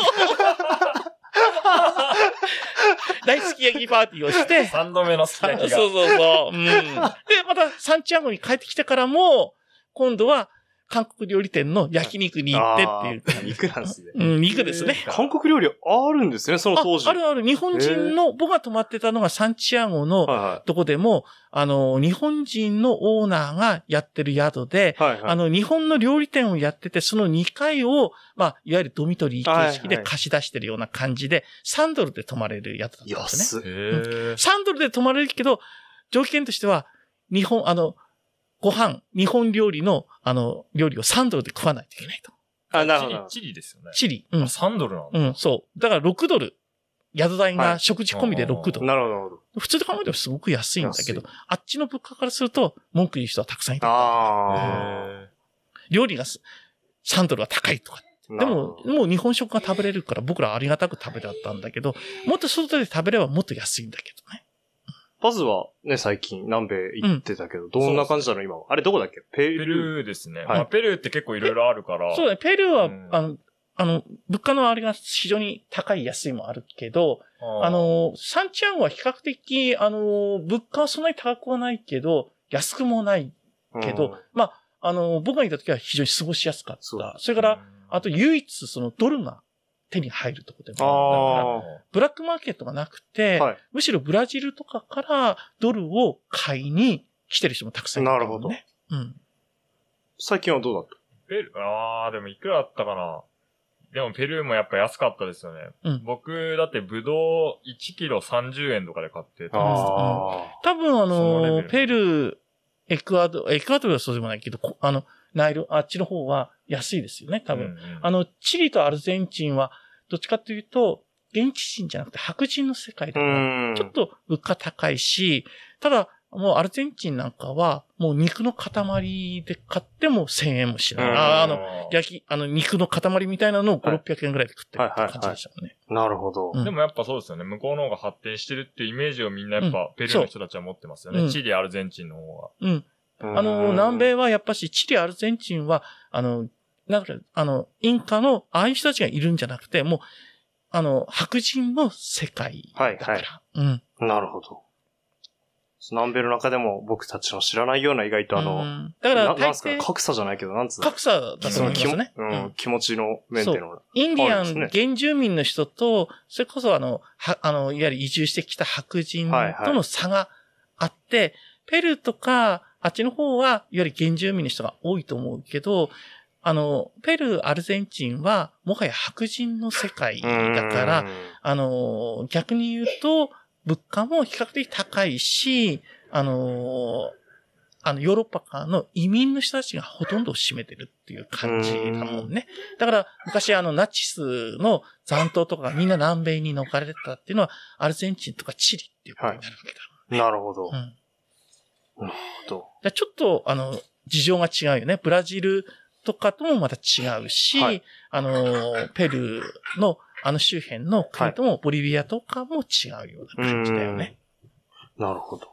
Speaker 2: 大すき焼きパーティーをして、
Speaker 4: 三度目のすき焼きが。
Speaker 2: そうそうそう。うん、で、またサンチアゴに帰ってきてからも、今度は、韓国料理店の焼肉に行ってっていう。
Speaker 3: 肉なんですね。
Speaker 2: うん、肉ですね。
Speaker 3: 韓国料理あるんですね、その当時。
Speaker 2: あ、あるある。日本人の、僕が泊まってたのがサンチアゴのとこでも、はいはい、あの、日本人のオーナーがやってる宿で、はいはい、あの、日本の料理店をやってて、そのにかいを、まあ、いわゆるドミトリー形式で貸し出してるような感じで、はいはい、さんドルで泊まれる宿だったんですね。うん。さんドルで泊まれるけど、条件としては、日本、あの、ご飯、日本料理の、あの、料理をさんドルで食わないといけないと。
Speaker 3: あ、なるほど。
Speaker 4: チリですよね。
Speaker 2: チリ。うん。
Speaker 4: さんドルなの？
Speaker 2: うん、そう。だからろくドル。宿代が食事込みでろくドル。
Speaker 3: なるほど、なるほど。
Speaker 2: 普通で考えてもすごく安いんだけど、あっちの物価からすると、文句言う人はたくさんいた。ああ。料理がさんドルは高いとか。でも、もう日本食が食べれるから僕らありがたく食べてたんだけど、もっと外で食べればもっと安いんだけどね。
Speaker 3: パズはね、最近南米行ってたけど、うん、どんな感じなの今は。あれどこだっけペルー。
Speaker 4: ペルーですね。はい、まあ、ペルーって結構いろいろあるから。
Speaker 2: そうだね。ペルーは、うん、あの、あの、物価のあれが非常に高い安いもあるけど、あ, あの、サンチアゴは比較的、あの、物価はそんなに高くはないけど、安くもないけど、うん、まあ、あの、僕がいた時は非常に過ごしやすかった。そ, それから、あと唯一そのドルが手に入るところでも、ブラックマーケットがなくて、はい、むしろブラジルとかからドルを買いに来てる人もたくさんいる、ね。なるほど。うん。
Speaker 3: 最近はどうだった？
Speaker 4: ペル、ああ、でもいくらだったかな。 でもペルーもやっぱ安かったですよね。うん、僕、だってブドウいちキロさんじゅうえんとかで買ってたんですよ。
Speaker 2: 多分あの、ペルー、エクアドル、エクアドルはそうでもないけど、あの、ナイル、あっちの方は安いですよね、多分。うんうん、あの、チリとアルゼンチンは、どっちかというと、現地人じゃなくて白人の世界だから、ちょっと物価高いし、ただ、もうアルゼンチンなんかは、もう肉の塊で買ってもせんえんもしない。ああの、焼き、あの肉の塊みたいなのをご、ろっぴゃくえんぐらいで食ってるって感じでしたもんね。
Speaker 3: なるほど、
Speaker 4: うん。でもやっぱそうですよね。向こうの方が発展してるっていうイメージをみんなやっぱ、ペルーの人たちは持ってますよね。うん、チリ、アルゼンチンの方が。
Speaker 2: うん。あの、南米はやっぱし、チリ、アルゼンチンは、あの、なんか、あの、インカの、ああいう人たちがいるんじゃなくて、もう、あの、白人の世界だから。はいはい。うん。
Speaker 3: なるほど。南米の中でも僕たちの知らないような意外とあの、うん、
Speaker 2: だから
Speaker 3: な、なんすか格差じゃないけど、なんつう
Speaker 2: 格差だと思いますね。
Speaker 3: うん、気持ちの面っていうのが、
Speaker 2: ね。インディアン、原住民の人と、それこそあの、は、あの、いわゆる移住してきた白人との差があって、はいはい、ペルーとか、あっちの方は、いわゆる原住民の人が多いと思うけど、あの、ペルー、アルゼンチンは、もはや白人の世界だから、あの、逆に言うと、物価も比較的高いし、あの、あの、ヨーロッパからの移民の人たちがほとんどを占めてるっていう感じだもんね。だから、昔あの、ナチスの残党とかがみんな南米に逃れてたっていうのは、アルゼンチンとかチリっていうことになるわけだ、
Speaker 3: ね。はい、なるほど。うん、なるほど。
Speaker 2: ちょっと、あの、事情が違うよね。ブラジルとかともまた違うし、はい、あの、ペルーのあの周辺の国とも、ボリビアとかも違うような感じだよね。
Speaker 3: なるほど。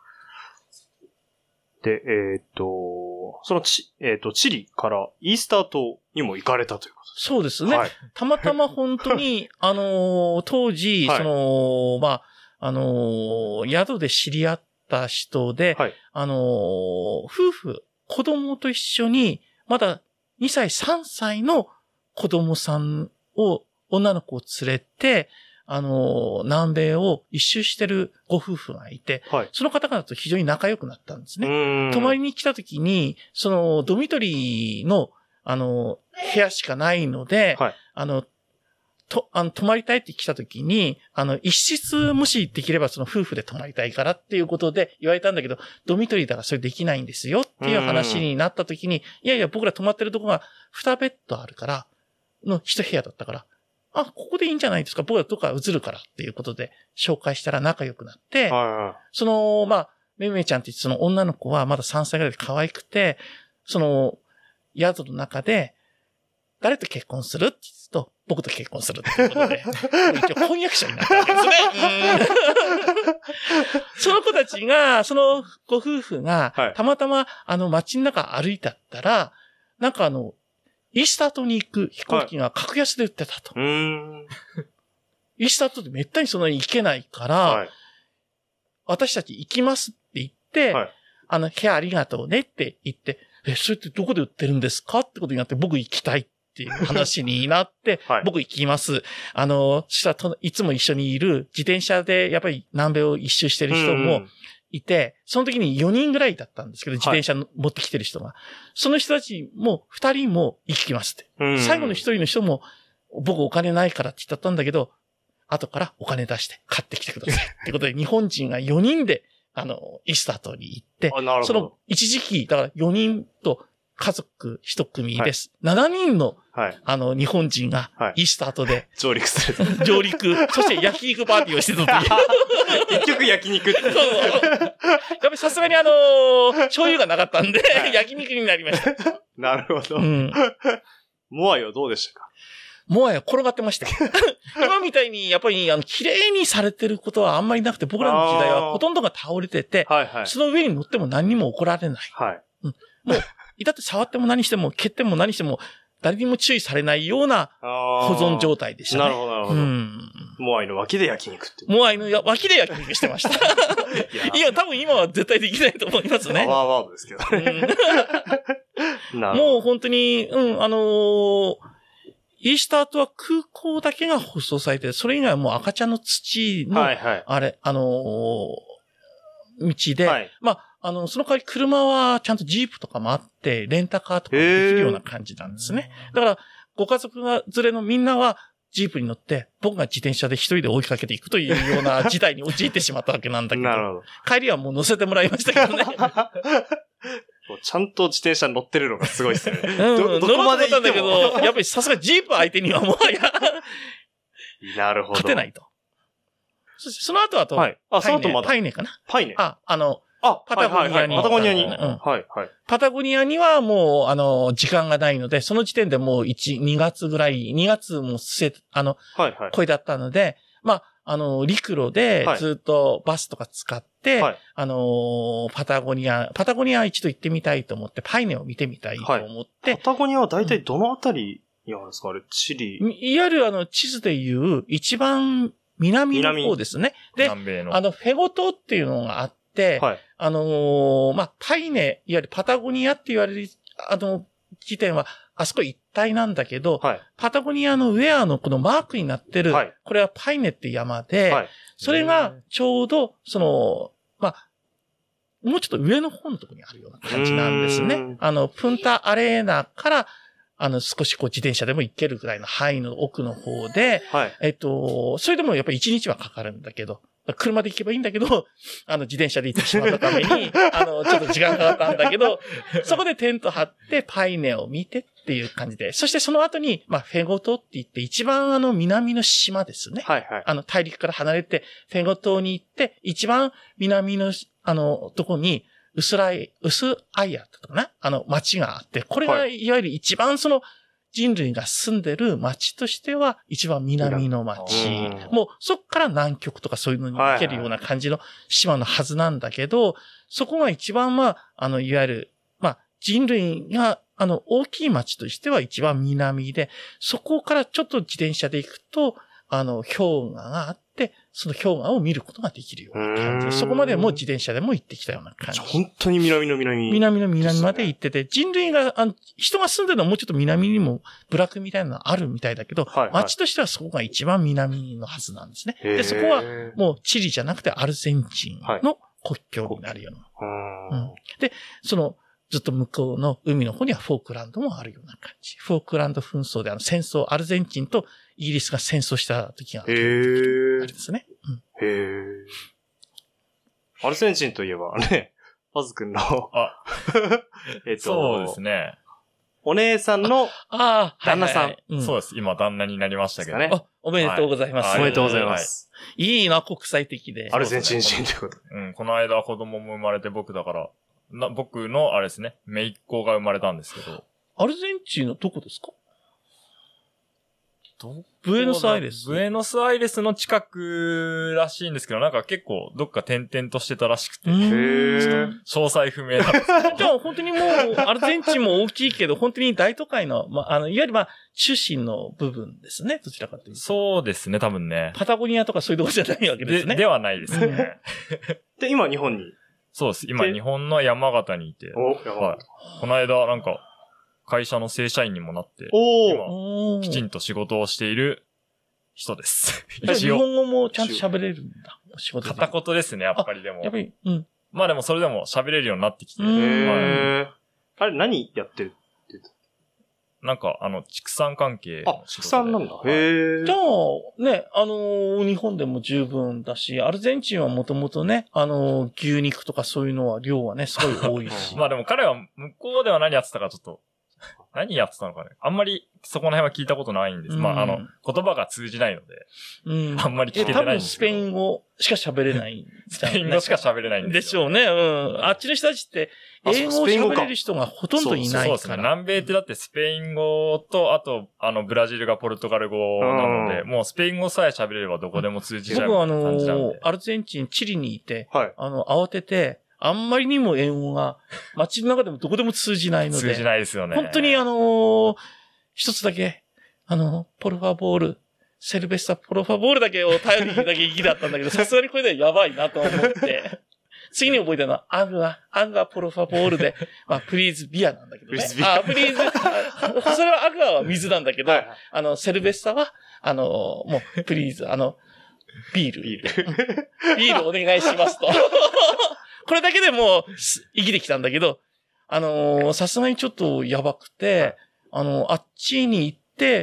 Speaker 3: で、えっ、ー、と、そのち、えっ、ー、と、チリからイースター島にも行かれたということです。
Speaker 2: そうですね。はい、たまたま本当に、あの、当時、はい、その、まあ、あの、宿で知り合った人で、はい、あの、夫婦、子供と一緒に、まだにさい、さんさいの子供さんを、女の子を連れて、あの、南米を一周してるご夫婦がいて、はい、その方々と非常に仲良くなったんですね。泊まりに来た時に、その、ドミトリーの、あの、部屋しかないので、はい、あの、と、あの、泊まりたいって来た時に、あの、一室もしできればその夫婦で泊まりたいからっていうことで言われたんだけど、ドミトリーだからそれできないんですよっていう話になった時に、いやいや僕ら泊まってるとこがにベッドあるから、の一部屋だったから、あ、ここでいいんじゃないですか。僕はどっか移るからっていうことで紹介したら仲良くなって、はいはい、その、まあ、めめちゃんってその女の子はまださんさいぐらいで可愛くて、その、宿の中で、誰と結婚するって言うと、僕と結婚するっていうことで、一応婚約者になったわけですね。その子たちが、そのご夫婦が、たまたまあの街の中歩いてあったら、なんかあの、イースター島に行く飛行機が格安で売ってたと。はい、イースター島ってめったにそんなに行けないから、はい、私たち行きますって言って、はい、あの、部屋ありがとうねって言って、え、それってどこで売ってるんですかってことになって、僕行きたいっていう話になって、はい、僕行きます。あの、そしたらいつも一緒にいる自転車でやっぱり南米を一周してる人も、いて、その時によにんぐらいだったんですけど、自転車持ってきてる人が。はい、その人たちもふたりも行きますって。最後のひとりの人も、僕お金ないからって言ったんだけど、後からお金出して買ってきてください。ってことで、日本人がよにんで、あの、イースター島に行って、その一時期、だからよにんと家族一組です。はい、しちにんの、はい、あの、日本人が、イースター島で、
Speaker 3: 上陸する。
Speaker 2: 上陸。そして焼肉パーティーをしてたという。
Speaker 3: 結局焼肉って。そうそう。
Speaker 2: やっぱりさすがにあのー、醤油がなかったんで、はい、焼肉になりました。
Speaker 3: なるほど。うん、モアイはどうでしたか？
Speaker 2: モアイは転がってました。今みたいに、やっぱり、あの、綺麗にされてることはあんまりなくて、僕らの時代はほとんどが倒れてて、はいはい、その上に乗っても何にも怒られない。はい。うん、もう、だって触っても何しても、蹴っても何しても、誰にも注意されないような保存状態でしたね。
Speaker 3: なるほど、なるほど。うん、モアイの脇で焼肉って。
Speaker 2: モアイの脇で焼肉してました。いや、多分今は絶対できないと思いますね。
Speaker 3: パワーワードですけどね。
Speaker 2: うん、もう本当に、うん、あのー、イースター島は空港だけが舗装されて、それ以外はもう赤ちゃんの土の、はいはい、あれ、あのー、道で、はい、まあ、あの、その代わり車はちゃんとジープとかもあって、レンタカーとかもできるような感じなんですね。だから、 ご家族が連れのみんなはジープに乗って、僕が自転車で一人で追いかけていくというような事態に陥ってしまったわけなんだけど。なるほど。帰りはもう乗せてもらいましたけどね。
Speaker 3: もうちゃんと自転車に乗ってるのがすごいですね。
Speaker 2: うん、ど、どこまで行っても。乗ろうと思ったんだけど、やっぱりさすがジープ相手にはもう、いや、
Speaker 3: なるほど。
Speaker 2: 勝てないと。そしてその後はと、
Speaker 3: はい。あ、その後まだ。
Speaker 2: パイネかな。
Speaker 3: パイネ。
Speaker 2: あ、あの、
Speaker 3: あ、
Speaker 2: パタゴニアに。
Speaker 3: パタゴニアに。うん。
Speaker 2: はい、はい。パタゴニアにはもう、あの、時間がないので、その時点でもういち、にがつぐらい、にがつもせ、あの、はいはい。声だったので、まあ、あの、陸路でずっとバスとか使って、はい、あの、パタゴニア、パタゴニア一度行ってみたいと思って、パイネを見てみたいと思って。
Speaker 3: はい、パタゴニアは大体どのあたりにあるんですか、あれ、チリ。
Speaker 2: いわゆるあの、地図でいう一番南の方ですね。で、南米の。あの、フェゴ島っていうのがあって、はい、あのー、まあ、パイネ、いわゆるパタゴニアって言われる、あの、地点は、あそこ一帯なんだけど、はい、パタゴニアのウェアのこのマークになってる、はい、これはパイネって山で、はい、それがちょうど、その、まあ、もうちょっと上の方のところにあるような感じなんですね。あの、プンタアレーナから、あの、少しこう自転車でも行けるぐらいの範囲の奥の方で、はい、えっと、それでもやっぱり一日はかかるんだけど、車で行けばいいんだけど、あの、自転車で行ってしまったために、あの、ちょっと時間かかったんだけど、そこでテント張ってパイネを見てっていう感じで、そしてその後に、まあ、フェゴ島って言って一番あの、南の島ですね。はいはい。あの、大陸から離れて、フェゴ島に行って、一番南の、あの、とこに、ウスライ、ウスアイアってとかな、あの、町があって、これがいわゆる一番その、人類が住んでる町としては一番南の町。もうそこから南極とかそういうのに行けるような感じの島のはずなんだけど、そこが一番まあ、あの、いわゆる、まあ、人類が、あの、大きい町としては一番南で、そこからちょっと自転車で行くと、あの、氷河があって、その氷河を見ることができるような感じで、そこまでもう自転車でも行ってきたような感じ。
Speaker 3: 本当に南の南。
Speaker 2: 南の南まで行ってて、人類が、あの人が住んでるのはもうちょっと南にも部落みたいなのあるみたいだけど、はいはい、町としてはそこが一番南のはずなんですね。で、そこはもうチリじゃなくてアルゼンチンの国境になるような。うん、で、その、ずっと向こうの海の方にはフォークランドもあるような感じ。フォークランド紛争であの戦争、アルゼンチンとイギリスが戦争した時があるんですね。うん、へ
Speaker 3: ー。アルゼンチンといえばね、パズ君の、あ
Speaker 4: えっと、そうですね。
Speaker 3: お姉さんの旦那さん。はいはい
Speaker 4: うん、そうです。今旦那になりましたけどね。
Speaker 2: あ、おめでとうございます。
Speaker 3: はい、おめでとうございます。
Speaker 2: いいな、国際的で。
Speaker 3: アルゼンチン人ということ。
Speaker 4: うん、この間子供も生まれて僕だから、な僕のあれですね、姪っ子が生まれたんですけど。
Speaker 2: アルゼンチンのどこですか？ブエノスアイレス。
Speaker 4: ブエノスアイレスの近くらしいんですけど、なんか結構どっか点々としてたらしくて、詳細不明なんですけど。
Speaker 2: じゃあ本当にもう、アルゼンチンも大きいけど、本当に大都会の、まあ、あの、いわゆるまあ、中心の部分ですね、どちらかというと。
Speaker 4: そうですね、多分ね。
Speaker 2: パタゴニアとかそういうとこじゃないわけですね。
Speaker 4: で、ではないですね。
Speaker 3: で、今日本に。
Speaker 4: そうです。今日本の山形にいて。
Speaker 3: お、やばい。
Speaker 4: この間なんか、会社の正社員にもなって、今、きちんと仕事をしている人です。
Speaker 2: 日本語もちゃんと喋れるんだ。仕事で。
Speaker 4: 片言ですね、やっぱりでも。
Speaker 2: やっぱり、うん。
Speaker 4: まあでもそれでも喋れるようになってきて。へ
Speaker 3: ー。あれ何やってるって言った？
Speaker 4: なんか、あの、畜産関係
Speaker 3: の仕事。あ、畜産なんだ。へー。
Speaker 2: じゃあ、ね、あのー、日本でも十分だし、アルゼンチンはもともとね、あのー、牛肉とかそういうのは量はね、すごい多いし。
Speaker 4: まあでも彼は向こうでは何やってたかちょっと、何やってたのかね。あんまりそこの辺は聞いたことないんです。うん、まあ、あの、言葉が通じないので、うん、あんまり聞けてないんですけど。
Speaker 2: 多分スペイン語しか喋れないん
Speaker 4: スペイン語しか喋れないんです
Speaker 2: よ。でしょうね。うん。あっちの人たちって、英語を喋れる人がほとんどいないから。
Speaker 4: そうですね。南米ってだってスペイン語と、あと、あの、ブラジルがポルトガル語なので、もうスペイン語さえ喋れればどこでも通じちゃう感じなんで。僕はあの、
Speaker 2: アルゼンチン、チリにいて、はい、あの、慌てて、あんまりにも英語が街の中でもどこでも通じないので。
Speaker 4: 通じないですよね。
Speaker 2: 本当にあのー、一つだけ、あの、ポルファボール、セルベスタポルファボールだけを頼りだけ行きだったんだけど、さすがにこれでやばいなと思って、次に覚えたのは、アグア、アグアポルファボールで、まあ、プリーズビアなんだけどね。あ、プリーズ、それはアグアは水なんだけど、はい、あの、セルベスタは、あの、もう、プリーズ、あの、ビール。ビール。ビールお願いしますと。これだけでもう生きてきたんだけど、あのー、さすがにちょっとやばくて、はい、あのー、あっちに行っ 、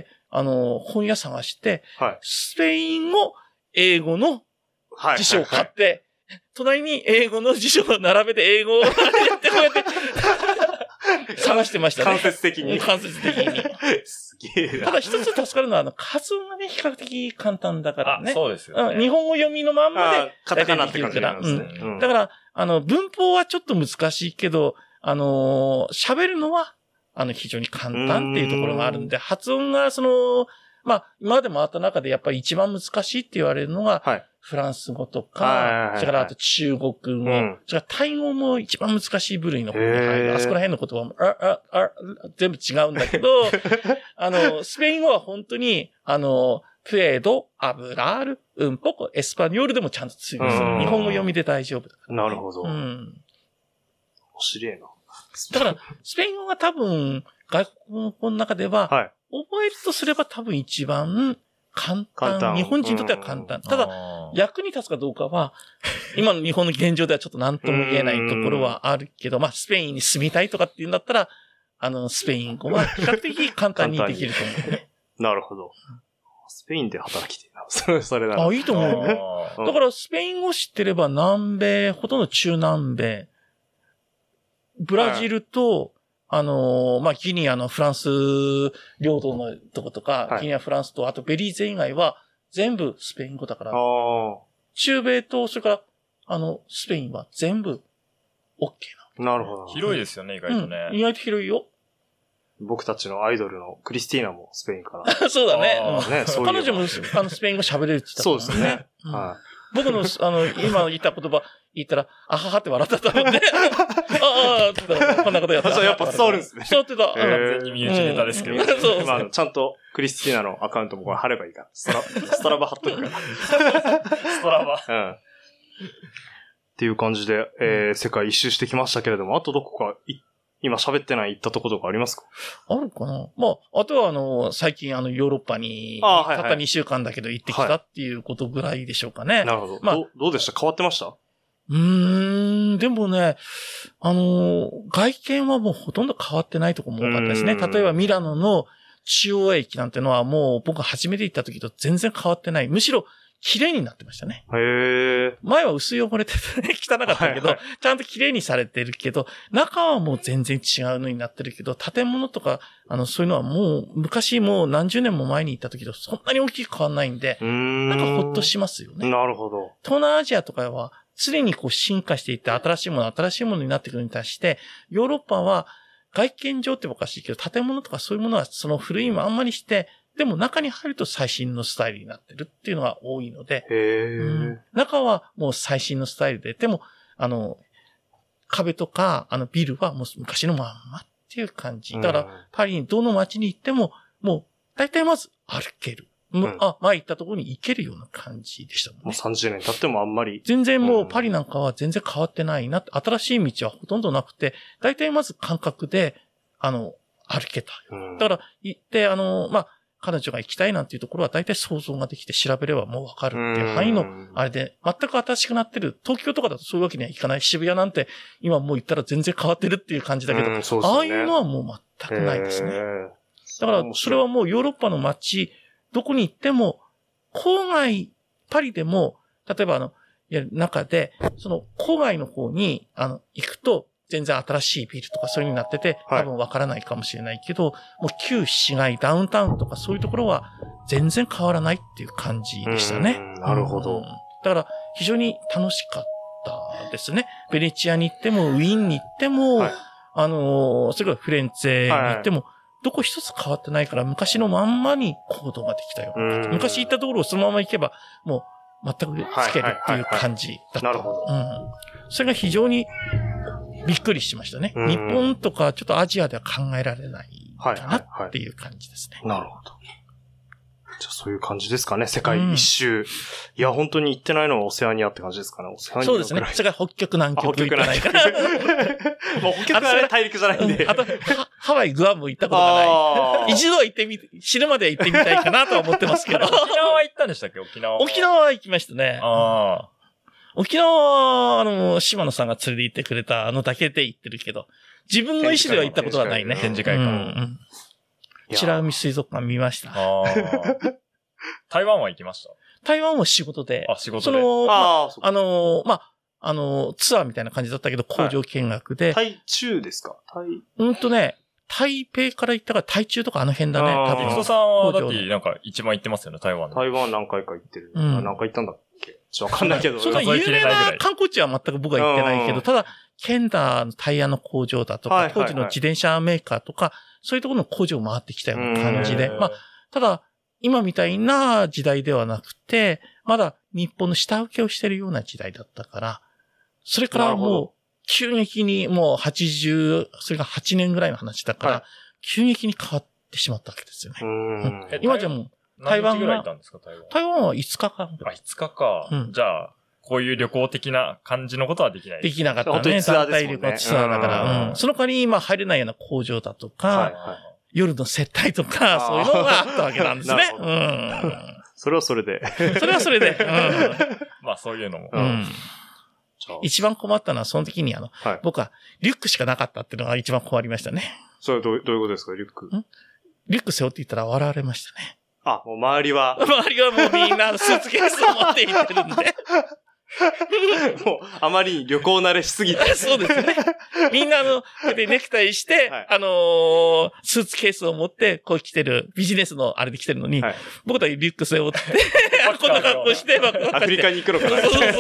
Speaker 2: あの、本屋探して、
Speaker 3: はい、
Speaker 2: スペイン語、英語の辞書を買って、はいはいはい、隣に英語の辞書を並べて英語をやってこうやって探してましたね。
Speaker 3: 間接的に。
Speaker 2: 間接的に。
Speaker 3: すげえな。
Speaker 2: ただ一つ助かるのは、あの、発音がね、比較的簡単だからね。
Speaker 4: そうですよね。
Speaker 2: 日本語読みのまんまで。
Speaker 3: カタカナって感じなんですね。
Speaker 2: うん、だから、あの、文法はちょっと難しいけど、あのー、喋るのは、あの、非常に簡単っていうところがあるんで、発音が、その、まあ、今まで回った中でやっぱり一番難しいって言われるのが、はい、フランス語とか、それからあと中国語、うん、それからタイ語も一番難しい部類の方に入る。あそこら辺の言葉も、あ、あ、あ、全部違うんだけど、あの、スペイン語は本当に、あの、プエド、アブラール、うんぽこ、エスパニョールでもちゃんと通用する。日本語読みで大丈夫だから、
Speaker 3: ね。なるほど。
Speaker 2: うん。
Speaker 3: 面白いな。
Speaker 2: だから、スペイン語が多分、外国語の中では、はい、覚えるとすれば多分一番簡単。簡単日本人にとっては簡単。ただ、役に立つかどうかは、今の日本の現状ではちょっと何とも言えないところはあるけど、まあ、スペインに住みたいとかっていうんだったら、あの、スペイン語は比較的簡単にできると思うね。
Speaker 3: なるほど。スペインで働きてるな。それ、それなら。
Speaker 2: あ、いいと思うね。だから、スペイン語知ってれば南米、ほとんど中南米、ブラジルと、はいあのー、まあ、ギニアのフランス領土のとことか、はい、ギニア、フランスと、あとベリーゼ以外は全部スペイン語だから、中米と、それから、あの、スペインは全部 OK
Speaker 3: な。なるほど。
Speaker 4: 広いですよね、意外とね、
Speaker 2: うん。意外と広いよ。
Speaker 3: 僕たちのアイドルのクリスティーナもスペインから。
Speaker 2: そうだね。うん、
Speaker 3: ねそういう
Speaker 2: 彼女もあのスペイン語喋れるって言ったからね。
Speaker 3: そうですね。うん、はい
Speaker 2: 僕の、あの、今言った言葉言ったら、あははって笑ってたもんね。ああ、って言ったら、こんなことやった。
Speaker 3: やっぱ伝わるんですね。
Speaker 2: 伝わってた。
Speaker 4: 完全に身内ネタですけど。
Speaker 2: そうそう。
Speaker 3: まあ、ちゃんとクリスティーナのアカウントもこれ貼ればいいから。ストラ、ストラバ貼っとくから。
Speaker 4: ストラバ。
Speaker 3: うん。っていう感じで、えー、世界一周してきましたけれども、あとどこかい、今喋ってない行ったとことかありますか？
Speaker 2: あるかな。まあ、あとはあの、最近あの、ヨーロッパに、たったにしゅうかんだけど行ってきたっていうことぐらいでしょうかね。はい、
Speaker 3: なるほど。まあ、ど、どうでした？変わってました？
Speaker 2: うーん、でもね、あの、外見はもうほとんど変わってないとこも多かったですね。例えばミラノの中央駅なんてのはもう僕が初めて行った時と全然変わってない。むしろ、綺麗になってましたね。
Speaker 3: へー。
Speaker 2: 前は薄汚れててね、汚かったけど、はいはい、ちゃんと綺麗にされてるけど、中はもう全然違うのになってるけど、建物とか、あの、そういうのはもう、昔もう何十年も前に行った時とそんなに大きく変わんないんで、んなんかほっとしますよね。
Speaker 3: なるほど。
Speaker 2: 東南アジアとかは、常にこう進化していって新しいもの、新しいものになってくるに対して、ヨーロッパは外見上っておかしいけど、建物とかそういうものはその古いまんまにして、でも中に入ると最新のスタイルになってるっていうのが多いので、
Speaker 3: へー、うん、
Speaker 2: 中はもう最新のスタイルで、でも、あの、壁とか、あのビルはもう昔のまんまっていう感じ。だから、パリにどの街に行っても、もう大体まず歩ける。うん、あ、前行ったところに行けるような感じでしたもんね。
Speaker 3: もうさんじゅうねん経ってもあんまり。
Speaker 2: 全然もうパリなんかは全然変わってないなって、新しい道はほとんどなくて、大体まず感覚で、あの、歩けた。うん、だから、行って、あの、まあ、彼女が行きたいなんていうところは大体想像ができて調べればもうわかるっていう範囲のあれで、全く新しくなってる。東京とかだとそういうわけにはいかない。渋谷なんて今もう行ったら全然変わってるっていう感じだけど、ね、ああいうのはもう全くないですね。だからそれはもうヨーロッパの街、どこに行っても、郊外、パリでも、例えばあの、いや中で、その郊外の方にあの行くと、全然新しいビルとかそういう風になってて、多分わからないかもしれないけど、はい、もう旧市街、ダウンタウンとかそういうところは全然変わらないっていう感じでしたね。
Speaker 3: なるほど、うん。
Speaker 2: だから非常に楽しかったですね。ベネチアに行っても、ウィーンに行っても、はい、あのー、それからフレンツェに行っても、はいはい、どこ一つ変わってないから昔のまんまに行動ができたよ。昔行ったところをそのまま行けば、もう全くつけるっていう感じだった。
Speaker 3: なるほど。
Speaker 2: うん。それが非常にびっくりしましたね。日本とかちょっとアジアでは考えられないかなっていう感じですね。
Speaker 3: はいはいはい、なるほど。じゃあそういう感じですかね。世界一周。うん、いや、本当に行ってないのはオセアニアって感じですかね。オセアニア。
Speaker 2: そうですね。それから北極南極行ってないから。
Speaker 3: もう北極はね、大陸じゃないんで。
Speaker 2: あと、ハワイ、グアム行ったことがない。一度は行ってみ、死ぬまで行ってみたいかなとは思ってますけど。
Speaker 4: 沖縄は行ったんでしたっけ？沖縄は。
Speaker 2: 沖縄は行きましたね。
Speaker 4: ああ。
Speaker 2: 沖縄は、あの、島野さんが連れて行ってくれたあのだけで行ってるけど、自分の意思では行ったことはないね。
Speaker 4: 展示会か。うんうん、
Speaker 2: 美ら海水族館見ました。あ
Speaker 4: 台湾は行きました？
Speaker 2: 台湾も仕事で。
Speaker 4: あ、仕事で。
Speaker 2: その、あ、まあ、あのー、まあ、あのー、ツアーみたいな感じだったけど、工場見学で。
Speaker 3: はい、台中ですか？台
Speaker 2: うんとね、台北から行ったから台中とかあの辺だね。
Speaker 4: 多分。人さんはだってなんか一番行ってますよね、台湾の。
Speaker 3: 台湾何回か行ってる。うん、何回行ったんだっけ？ちょっとわかんないけど。
Speaker 2: そんな有名な観光地は全く僕は行ってないけど、ただ、ケンダーのタイヤの工場だとか、当時の自転車メーカーとか、そういうところの工場を回ってきたような感じで。まあ、ただ、今みたいな時代ではなくて、まだ日本の下請けをしてるような時代だったから、それからもう、急激にもうはちじゅう、それがはちねんぐらいの話だから、はい、急激に変わってしまったわけですよね。うん今じゃもう、台湾は、台湾はいつかかん。
Speaker 4: あ、いつかか。うん、じゃあ、こういう旅行的な感じのことはできない。
Speaker 2: できなかったね。団体旅行ツアーだから。うん、その代わり今入れないような工場だとか、はいはい、夜の接待とか、そういうのがあったわけなんですね。うん、
Speaker 3: それはそれで。
Speaker 2: それはそれで。うん、
Speaker 4: まあそういうのも。
Speaker 2: うん一番困ったのは、その時にあの、はい、僕はリュックしかなかったっていうのが一番困りましたね。
Speaker 3: それはどう、どういうことですか、リュック？ん
Speaker 2: リュック背負っていったら笑われましたね。
Speaker 3: あ、もう周りは。
Speaker 2: 周りはもうみんなスーツケースを持っていってるんで。
Speaker 3: もう、あまりに旅行慣れしすぎて。
Speaker 2: そうですね。みんなあの、でネクタイして、はい、あのー、スーツケースを持って、こう来てる、ビジネスのあれで来てるのに、はい、僕たちリュック背負って、こんな格好して、
Speaker 3: アフリカに行くのかな。そうそうそう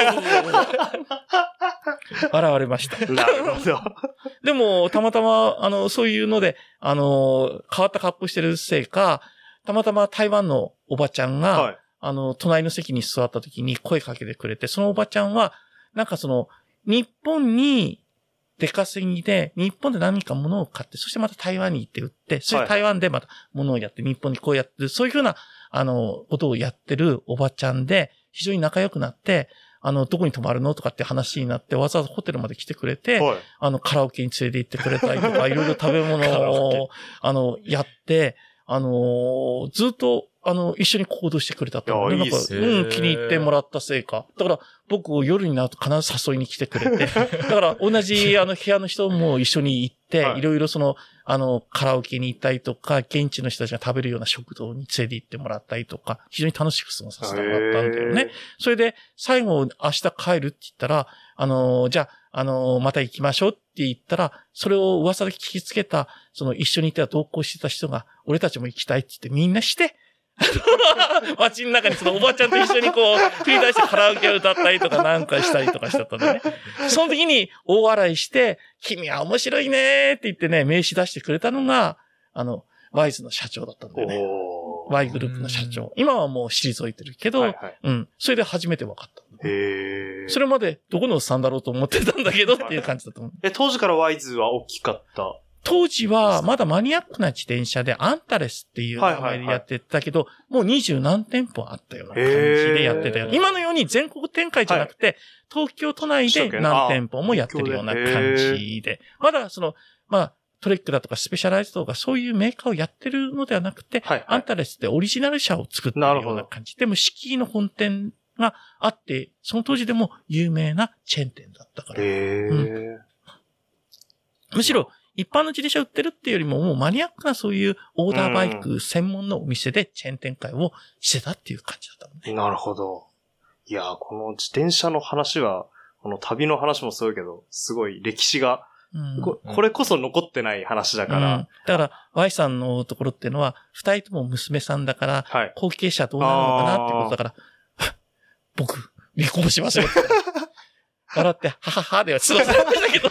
Speaker 2: 笑われました。
Speaker 3: なるほど。
Speaker 2: でも、たまたま、あの、そういうので、あの、変わった格好してるせいか、たまたま台湾のおばちゃんが、はい、あの、隣の席に座った時に声かけてくれて、そのおばちゃんは、なんかその、日本に出稼ぎで、日本で何か物を買って、そしてまた台湾に行って売って、そして台湾でまた物をやって、日本にこうやってる、そういうふうな、あの、ことをやってるおばちゃんで、非常に仲良くなって、あの、どこに泊まるのとかって話になって、わざわざホテルまで来てくれて、はい、あの、カラオケに連れて行ってくれたりとか、いろいろ食べ物を、あの、やって、あのー、ずっと、あの、一緒に行動してくれたっていうのなんか、うん、気に入ってもらったせいか。だから、僕を夜になると必ず誘いに来てくれて、だから同じ、あの、部屋の人も一緒に行って、はい、いろいろその、あの、カラオケに行ったりとか、現地の人たちが食べるような食堂に連れて行ってもらったりとか、非常に楽しく過ごさせてもらったんだよね。それで、最後、明日帰るって言ったら、あのー、じゃあ、あのー、また行きましょうって言ったら、それを噂で聞きつけた、その一緒にいて同行してた人が、俺たちも行きたいって言ってみんなして、街の中にそのおばちゃんと一緒にこう、繰り出してカラオケを歌ったりとかなんかしたりとかしちゃったんだね。その時に大笑いして、君は面白いねーって言ってね、名刺出してくれたのが、あの、ワイズの社長だったんだよね。Y グループの社長。今はもう退いてるけど、はいはい、うん。それで初めて分かった。へー。それまでどこのおっさんだろうと思ってたんだけどっていう感じだと思う。
Speaker 3: え、当時からワイズは大きかった？
Speaker 2: 当時はまだマニアックな自転車でアンタレスっていう名前でやってたけど、はいはいはい、もう二十何店舗あったような感じでやってたよ。今のように全国展開じゃなくて、はい、東京都内で何店舗もやってるような感じで。まだその、まあ、トレックだとかスペシャライズとかそういうメーカーをやってるのではなくて、はいはい、アンタレスってオリジナル車を作ってるような感じ。でも敷居の本店があって、その当時でも有名なチェーン店だったから。へーうん、むしろ、一般の自転車売ってるっていうよりも、もうマニアックなそういうオーダーバイク専門のお店でチェーン展開をしてたっていう感じだったもんね。
Speaker 3: なるほど。いやー、この自転車の話は、この旅の話もそうやけど、すごい歴史が、うん、こ, これこそ残ってない話だから。うん、
Speaker 2: だから、Y さんのところっていうのは、二人とも娘さんだから、はい、後継者どうなるのかなってことだから、僕、離婚しますよ。笑って、はははでは過ごされましたけど。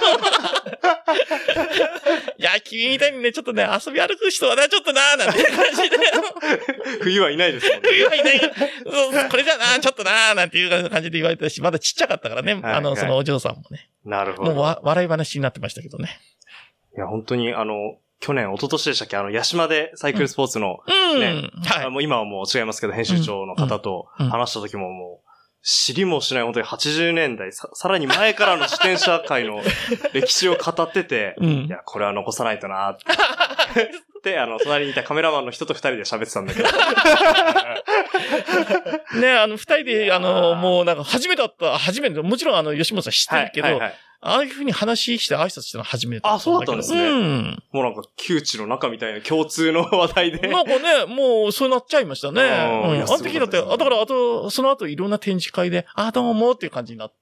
Speaker 2: いや、君みたいにね、ちょっとね、遊び歩く人はね、ちょっとなーなんて感じで。
Speaker 3: 冬はいないですもんね。
Speaker 2: 冬はいない。そう、これじゃなー、ちょっとなーなんていう感じで言われてたし、まだちっちゃかったからね、はいはい、あの、そのお嬢さんもね。
Speaker 3: なるほど。
Speaker 2: もうわ笑い話になってましたけどね。
Speaker 3: いや、本当に、あの、去年、一昨年でしたっけ、あの、八島でサイクルスポーツの、ね、うんうんはい、もう今はもう違いますけど、編集長の方と話した時ももう、知りもしない本当にはちじゅうねんだい、さ、さらに前からの自転車界の歴史を語ってて、うん、いや、これは残さないとなって。で、あの、隣にいたカメラマンの人と二人で喋ってたんだけど。
Speaker 2: ね、あの、二人で、あの、もうなんか初めてだった、初めて、もちろんあの、吉本さん知ってるけど、はいはいはい、 ああいうふうに話して挨拶しての初めてだったんだけど。
Speaker 3: あ、そうだったんですね。
Speaker 2: うん。
Speaker 3: もうなんか、窮地の中みたいな共通の話題で。
Speaker 2: なんかね、もうそうなっちゃいましたね。うん。あの時だって、だからあと、その後いろんな展示会で、あ、どうもっていう感じになって、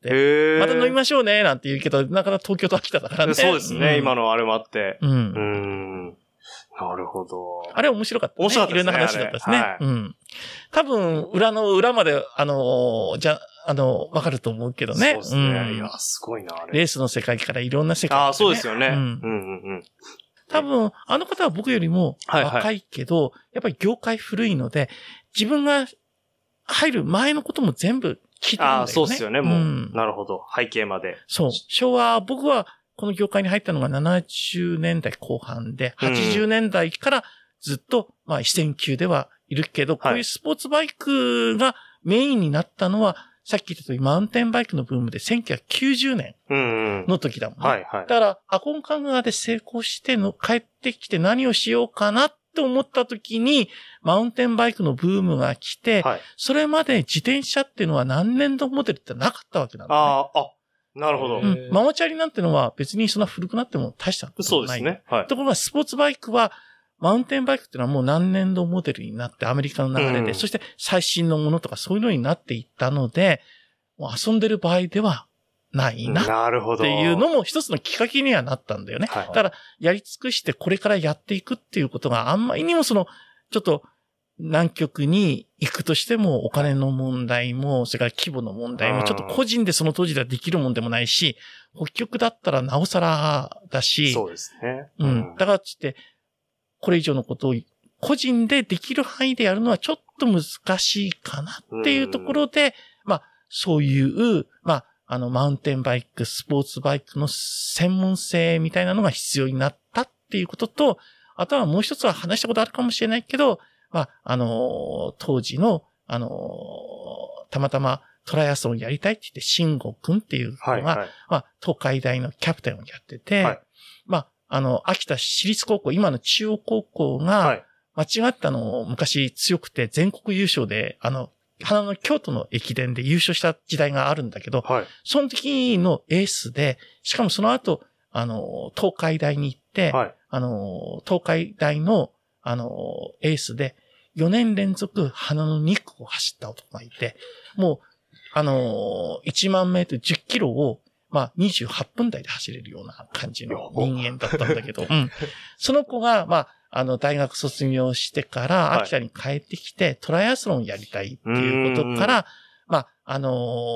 Speaker 2: また飲みましょうね、なんて言うけど、なかなか東京と秋田だからね。
Speaker 3: そうですね、うん、今のあれもあって。
Speaker 2: うん。
Speaker 3: うんなるほど。
Speaker 2: あれ面白かった、ね。
Speaker 3: 面白かったですね。
Speaker 2: いろんな話だったですね。はい、うん。多分、裏の裏まで、あの、じゃ、あの、わかると思うけどね。
Speaker 3: そうですね。うん、いや、すごいな、あれ。
Speaker 2: レースの世界からいろんな世界、
Speaker 3: ね。ああ、そうですよね。うん。
Speaker 2: うんうんうん。多分、あの方は僕よりも若いけど、はいはい、やっぱり業界古いので、自分が入る前のことも全部聞いてるんだよね。ああ、
Speaker 3: そうですよね、もう、うん。なるほど。背景まで。
Speaker 2: そう。昭和、僕はこの業界に入ったのがななじゅうねんだいこう半で、はちじゅうねんだいからずっと、まあ、非線級ではいるけど、こういうスポーツバイクがメインになったのは、さっき言った通り、マウンテンバイクのブームでせんきゅうひゃくきゅうじゅうねんの時だもんね。うんうん、はいはい。だから、アコンカンガーで成功しての、帰ってきて何をしようかなって思った時に、マウンテンバイクのブームが来て、はい、それまで自転車っていうのは何年度モデルってなかったわけなんだ、ね。
Speaker 3: ああ、あ、なるほど。
Speaker 2: うん。ママチャリなんてのは別にそんな古くなっても大したことない。
Speaker 3: そうですね。はい。
Speaker 2: ところがスポーツバイクは、マウンテンバイクっていうのはもう何年度モデルになってアメリカの流れで、うん、そして最新のものとかそういうのになっていったので、もう遊んでる場合ではないな。
Speaker 3: なるほど。
Speaker 2: っていうのも一つのきっかけにはなったんだよね。はい、だから、やり尽くしてこれからやっていくっていうことがあんまりにもその、ちょっと南極に行くとしてもお金の問題も、それから規模の問題も、ちょっと個人でその当時ではできるもんでもないし、北極だったらなおさらだし。
Speaker 3: そうですね。
Speaker 2: うん。だからつって、これ以上のことを個人でできる範囲でやるのはちょっと難しいかなっていうところで、まあ、そういう、まあ、あの、マウンテンバイク、スポーツバイクの専門性みたいなのが必要になったっていうことと、あとはもう一つは話したことあるかもしれないけど、まあ、あの、当時の、あの、たまたまトライアスロンやりたいって言って、慎吾くんっていうのが、はいはい、まあ、東海大のキャプテンをやってて、はい、まあ、あの、秋田市立高校、今の中央高校が、間違ったのを昔強くて全国優勝で、あの、花の京都の駅伝で優勝した時代があるんだけど、はい、その時のエースで、しかもその後、あの、東海大に行って、はい、あの、東海大の、あの、エースで、よねん連続花のに区を走った男がいて、もう、あの、いちまんメートルじゅっキロを、まあ、にじゅうはっぷんだいで走れるような感じの人間だったんだけど、うん。その子が、まあ、あの、大学卒業してから、秋田に帰ってきて、トライアスロンやりたいっていうことから、まあ、あのー、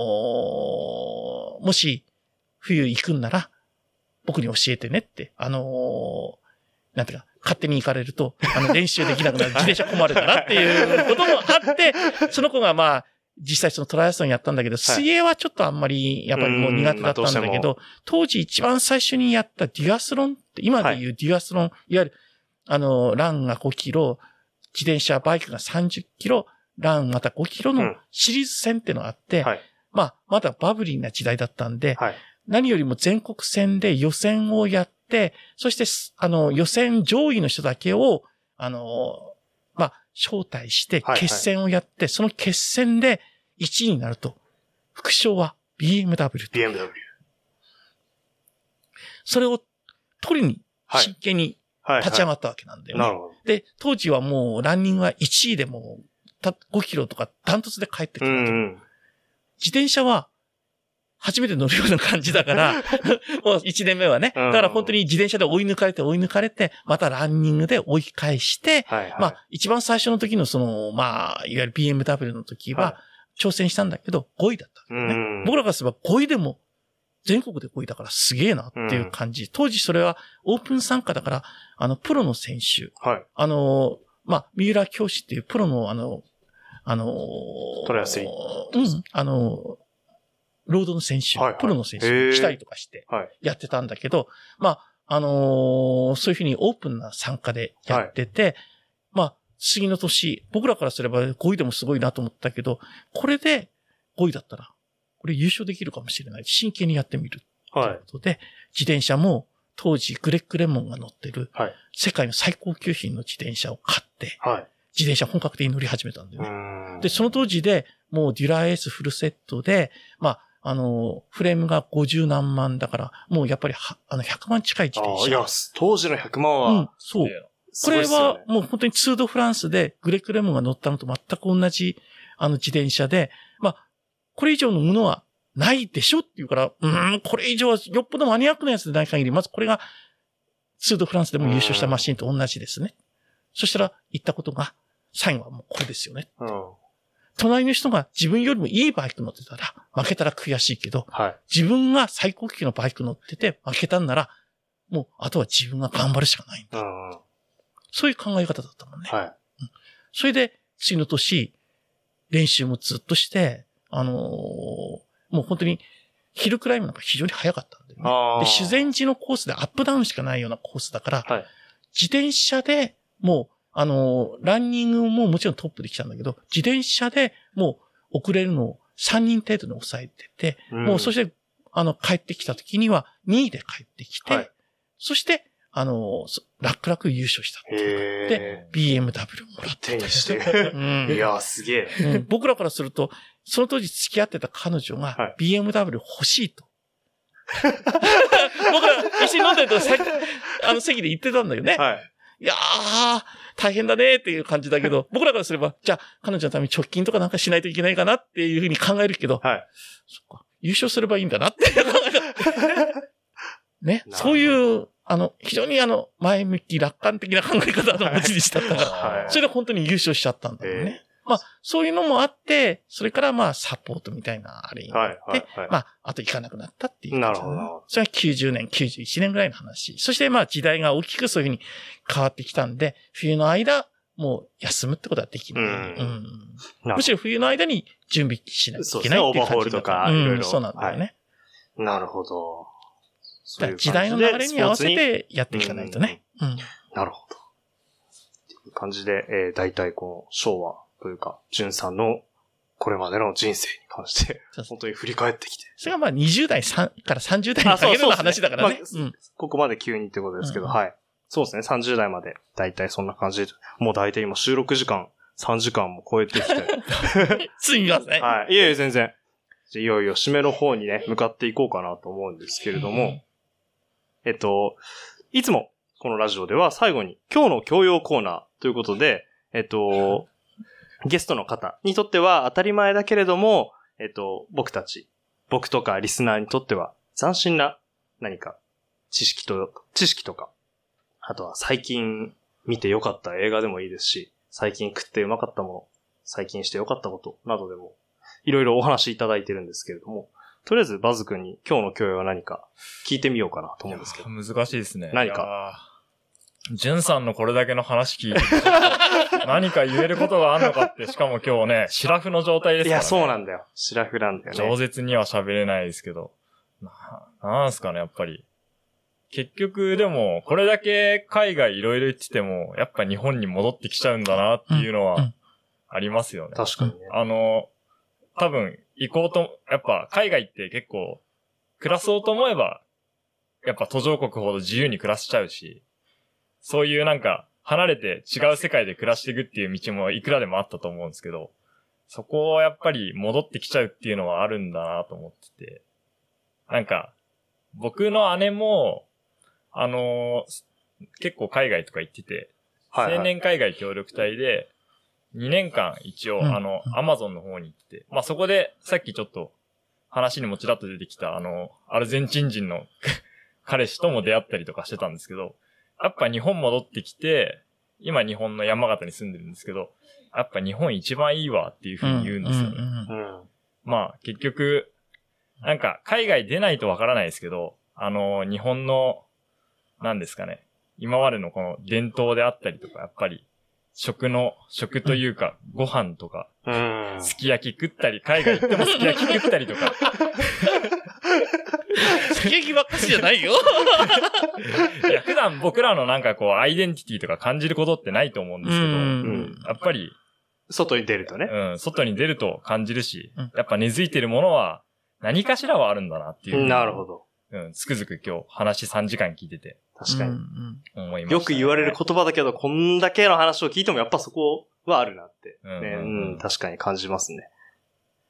Speaker 2: もし、冬行くんなら、僕に教えてねって、あのー、なんていうか、勝手に行かれると、あの、練習できなくなる、自転車困るからっていうこともあって、その子がまあ、実際そのトライアスロンやったんだけど、水泳はちょっとあんまり、やっぱりもう苦手だったんだけど、当時一番最初にやったデュアスロンって、今でいうデュアスロン、いわゆる、あの、ランがごキロ、自転車、バイクがさんじゅっキロ、ランまたごキロのシリーズ戦ってのがあって、うんはい、まあ、まだバブリーな時代だったんで、はい、何よりも全国戦で予選をやって、そして、あの、予選上位の人だけを、あの、まあ、招待して決戦をやって、はいはい、その決戦でいちいになると、副賞は ビーエムダブリュー。
Speaker 3: ビーエムダブリュー。
Speaker 2: それを取りに、真剣に、立ち上がったわけなんだよね。はいはい、なるほど。で、当時はもうランニングはいちいでもうごキロとかダントツで帰ってくる、うんうん。自転車は初めて乗るような感じだから、もういちねんめはね。だから本当に自転車で追い抜かれて追い抜かれて、またランニングで追い返して、はいはい、まあ一番最初の時のその、まあ、いわゆる ビーエムダブリュー の時は挑戦したんだけどごいだったんだよね、うん。僕らからすればごいでも全国でごいだからすげえなっていう感じ、うん。当時それはオープン参加だから、あの、プロの選手。はい。あの、まあ、三浦教師っていうプロのあの、あの、
Speaker 3: トライアスリー
Speaker 2: ト。うん。あの、ロードの選手、はいはい、プロの選手来たりとかしてやってたんだけど、はい、まあ、あのー、そういうふうにオープンな参加でやってて、はい、まあ、次の年、僕らからすればごいでもすごいなと思ったけど、これでごいだったら、これ優勝できるかもしれない。真剣にやってみる。ということで、はい、自転車も当時グレッグ・レモンが乗ってる、はい、世界の最高級品の自転車を買って、はい、自転車本格的に乗り始めたんだよね。で、その当時でもうデュラエースフルセットで、まあ、 あの、フレームがごじゅうなんまんだから、もうやっぱりは、あの、ひゃくまん近い自転車。
Speaker 3: いや、当時のひゃくまんは。
Speaker 2: うん、そう。これはもう本当にツードフランスでグレッグ・レモンが乗ったのと全く同じ、あの自転車で、まあ、これ以上のものはないでしょって言うから、うーん、これ以上はよっぽどマニアックなやつでない限り、まずこれがツードフランスでも優勝したマシンと同じですね。そしたら言ったことが、最後はもうこれですよね。うん、隣の人が自分よりもいいバイク乗ってたら、負けたら悔しいけど、はい、自分が最高級のバイク乗ってて負けたんなら、もうあとは自分が頑張るしかないんだ。うん、そういう考え方だったもんね。はい、うん。それで、次の年、練習もずっとして、あのー、もう本当に、ヒルクライムなんか非常に速かったんでね。で、修善寺のコースでアップダウンしかないようなコースだから、はい、自転車でもう、あのー、ランニングももちろんトップで来たんだけど、自転車でもう遅れるのをさんにん程度に抑えてて、うん、もうそして、あの、帰ってきた時にはにいで帰ってきて、はい、そして、あの、楽々優勝したっていう。で、ビーエムダブリュー もらって
Speaker 3: 手にしてる。うん、いや、すげえ、
Speaker 2: うん。僕らからすると、その当時付き合ってた彼女が ビーエムダブリュー 欲しいと。はい、僕ら一緒に飲んでるとあの席で言ってたんだよね。はい、いやー、大変だねっていう感じだけど、僕らからすれば、じゃあ彼女のために貯金とかなんかしないといけないかなっていうふうに考えるけど、はい、そっか、優勝すればいいんだなって。ね、そういう、あの、非常にあの、前向き、楽観的な考え方の持ち主だったから、はい、それで本当に優勝しちゃったんだよね。まあ、そういうのもあって、それからまあ、サポートみたいなあれになって、はいはいはい、まあ、あと行かなくなったっていう感じ。なるほど。それはきゅうじゅうねん、きゅうじゅういちねんぐらいの話。そしてまあ、時代が大きくそういうふうに変わってきたんで、冬の間、もう休むってことはできない。うんうん、むしろ冬の間に準備しないといけないっていう感じだ。そうですね、オーバーホールとか、いろいろ。そうなんだよね。
Speaker 3: はい、なるほど。
Speaker 2: そういう時代の流れに合わせてやっていかないとね。
Speaker 3: うんうん、なるほど。っていう感じで、えー、大体この昭和というか、淳さんのこれまでの人生に関して、本当に振り返ってきて。
Speaker 2: それがまあにじゅう代からさんじゅう代にかけるの話だからね。
Speaker 3: まあうん、ここまで急にってことですけど、うん、はい。そうですね、さんじゅう代まで大体そんな感じで、もう大体今収録時間さんじかんも超えてきて。
Speaker 2: ついにますね。
Speaker 3: はい。いえいえ、全然。いよいよ締めの方にね、向かっていこうかなと思うんですけれども、うん、えっと、いつもこのラジオでは最後に今日の教養コーナーということで、えっと、ゲストの方にとっては当たり前だけれども、えっと、僕たち、僕とかリスナーにとっては斬新な何か知識と、知識とか、あとは最近見てよかった映画でもいいですし、最近食ってうまかったもの、最近してよかったことなどでもいろいろお話いただいてるんですけれども、とりあえずバズ君に今日の教養は何か聞いてみようかなと思うんですけど。
Speaker 4: 難しいですね。
Speaker 3: 何か。
Speaker 4: ジュンさんのこれだけの話聞いて何か言えることがあるのかって、しかも今日ね、シラフの状態ですからね。
Speaker 3: いや、そうなんだよ。シラフなんだよね。
Speaker 4: 饒舌には喋れないですけど。な、なんすかね、やっぱり。結局、でも、これだけ海外いろいろ行ってても、やっぱ日本に戻ってきちゃうんだなっていうのは、ありますよね。
Speaker 3: 確かにね。
Speaker 4: あの、多分、行こうと、やっぱ海外って結構、暮らそうと思えば、やっぱ途上国ほど自由に暮らしちゃうし、そういうなんか、離れて違う世界で暮らしていくっていう道もいくらでもあったと思うんですけど、そこをやっぱり戻ってきちゃうっていうのはあるんだなと思ってて、なんか、僕の姉も、あのー、結構海外とか行ってて、はいはい、青年海外協力隊で、にねんかん一応、うん、あの、アマゾンの方に行って、まあ、そこで、さっきちょっと、話にもちらっと出てきた、あの、アルゼンチン人の彼氏とも出会ったりとかしてたんですけど、やっぱ日本戻ってきて、今日本の山形に住んでるんですけど、やっぱ日本一番いいわっていう風に言うんですよね。うんうんうん、まあ、結局、なんか、海外出ないとわからないですけど、あの、日本の、なんですかね、今までのこの伝統であったりとか、やっぱり、食の、食というか、ご飯とか、すき焼き食ったり、海外行ってもすき焼き食ったりとか。
Speaker 2: すき焼きばっかしじゃないよ。
Speaker 4: いや、普段僕らのなんかこう、アイデンティティとか感じることってないと思うんですけど、うん、やっぱり、
Speaker 3: 外に出るとね。
Speaker 4: うん、外に出ると感じるし、やっぱ根付いてるものは、何かしらはあるんだなっていう。
Speaker 3: なるほど。
Speaker 4: うん、つくづく今日話さんじかん聞いてて。
Speaker 3: 確かに。
Speaker 4: 思いましたね。
Speaker 3: よく言われる言葉だけど、こんだけの話を聞いてもやっぱそこはあるなって、ね。うん、うん、確かに感じますね。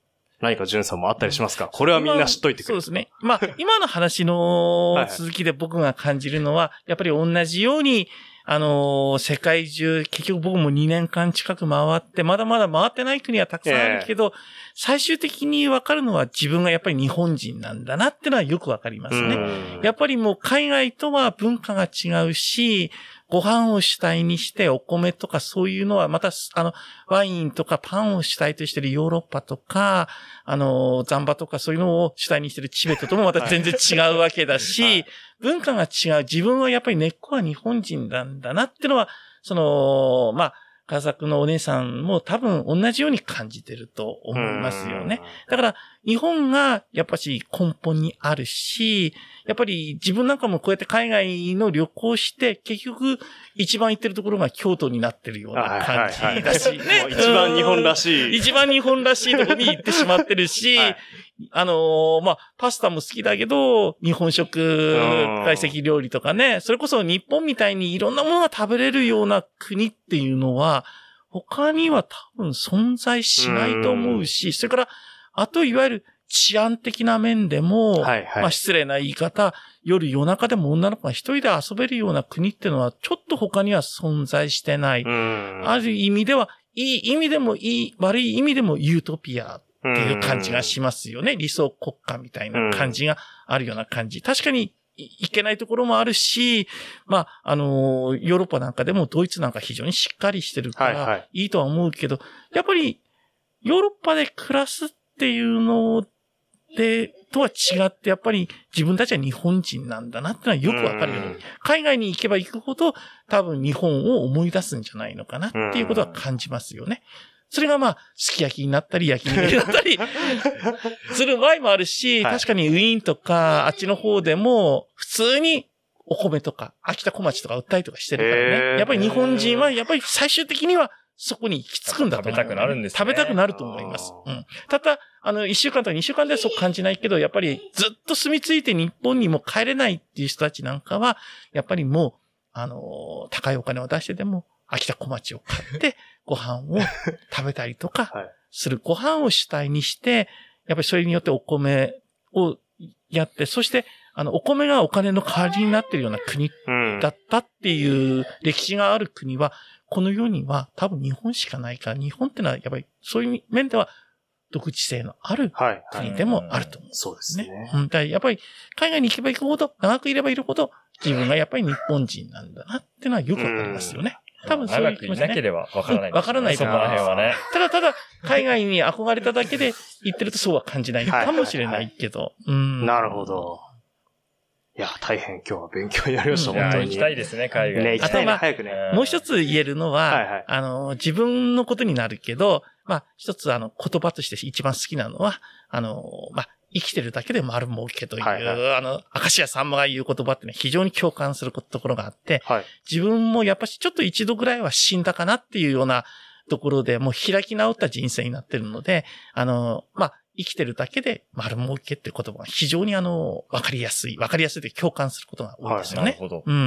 Speaker 3: 何か淳さんもあったりしますか？これはみんな知っといてくれる。
Speaker 2: そうですね。まあ、今の話の続きで僕が感じるのは、やっぱり同じように、あのー、世界中、結局僕もにねんかん近く回って、まだまだ回ってない国はたくさんあるけど、えー、最終的にわかるのは自分がやっぱり日本人なんだなってのはよくわかりますね。やっぱりもう海外とは文化が違うし、ご飯を主体にしてお米とかそういうのはまた、あの、ワインとかパンを主体としているヨーロッパとか、あの、ザンバとかそういうのを主体にしているチベットともまた全然違うわけだし、はい、文化が違う。自分はやっぱり根っこは日本人なんだなっていうのは、その、まあ、カザクのお姉さんも多分同じように感じてると思いますよね。だから日本がやっぱし根本にあるし、やっぱり自分なんかもこうやって海外の旅行して結局一番行ってるところが京都になってるような感じだしね。
Speaker 3: 一番日本らしい。
Speaker 2: 一番日本らしいところに行ってしまってるし、はい、あのー、まあ、パスタも好きだけど、日本食、懐石料理とかね、それこそ日本みたいにいろんなものが食べれるような国っていうのは、他には多分存在しないと思うし、それから、あといわゆる治安的な面でも、はいはい、まあ失礼な言い方、夜夜中でも女の子が一人で遊べるような国っていうのはちょっと他には存在してない。ある意味では、いい意味でもいい、悪い意味でもユートピアっていう感じがしますよね。理想国家みたいな感じがあるような感じ。確かにいけないところもあるし、まあ、あの、ヨーロッパなんかでもドイツなんか非常にしっかりしてるからいいとは思うけど、はいはい、やっぱりヨーロッパで暮らすっていうので、とは違ってやっぱり自分たちは日本人なんだなってのはよくわかるように、海外に行けば行くほど多分日本を思い出すんじゃないのかなっていうことは感じますよね。それがまあ、すき焼きになったり焼き肉になったりする場合もあるし、はい、確かにウィーンとかあっちの方でも普通にお米とか秋田小町とか売ったりとかしてるからね。やっぱり日本人はやっぱり最終的にはそこに行き着くんだと思う。
Speaker 4: 食べたくなるんですね。
Speaker 2: 食べたくなると思います。うん。ただ、あの、一週間とか二週間ではそう感じないけど、やっぱりずっと住み着いて日本にも帰れないっていう人たちなんかは、やっぱりもう、あの、高いお金を出してでも、秋田小町を買って、ご飯を食べたりとか、する。ご飯を主体にして、やっぱりそれによってお米をやって、そして、あの、お米がお金の代わりになっているような国だったっていう歴史がある国は、この世には多分日本しかないから、日本ってのはやっぱりそういう面では独自性のある国でもあると思うんですね。
Speaker 3: そうですね。
Speaker 2: うん、だやっぱり海外に行けば行くほど、長くいればいるほど、自分がやっぱり日本人なんだなっていうのはよくわかりますよね。多分そういう気持ちね。
Speaker 4: 長くいなければわからない、
Speaker 2: ね。わからないと思う。
Speaker 4: そこら辺はね。
Speaker 2: ただただ、海外に憧れただけで行ってるとそうは感じないかもしれないけど。はいはいはい、うん。
Speaker 3: なるほど。いや、大変今日は勉強になりました、うん、本当に。
Speaker 4: 行きたいですね、海外。
Speaker 3: ね、行きたいな、早くね。
Speaker 2: もう一つ言えるのは、はいはい、あの、自分のことになるけど、まあ、一つあの、言葉として一番好きなのは、あの、まあ、生きてるだけで丸儲けという、はいはい、あの、明石家さんまが言う言葉ってね、非常に共感するところがあって、はい、自分もやっぱしちょっと一度ぐらいは死んだかなっていうようなところで、もう開き直った人生になってるので、あの、まあ、生きてるだけで丸儲けっていう言葉が非常にあの、わかりやすい、わかりやすいで共感することが多いですよね。はい、なるほど。うん。うん、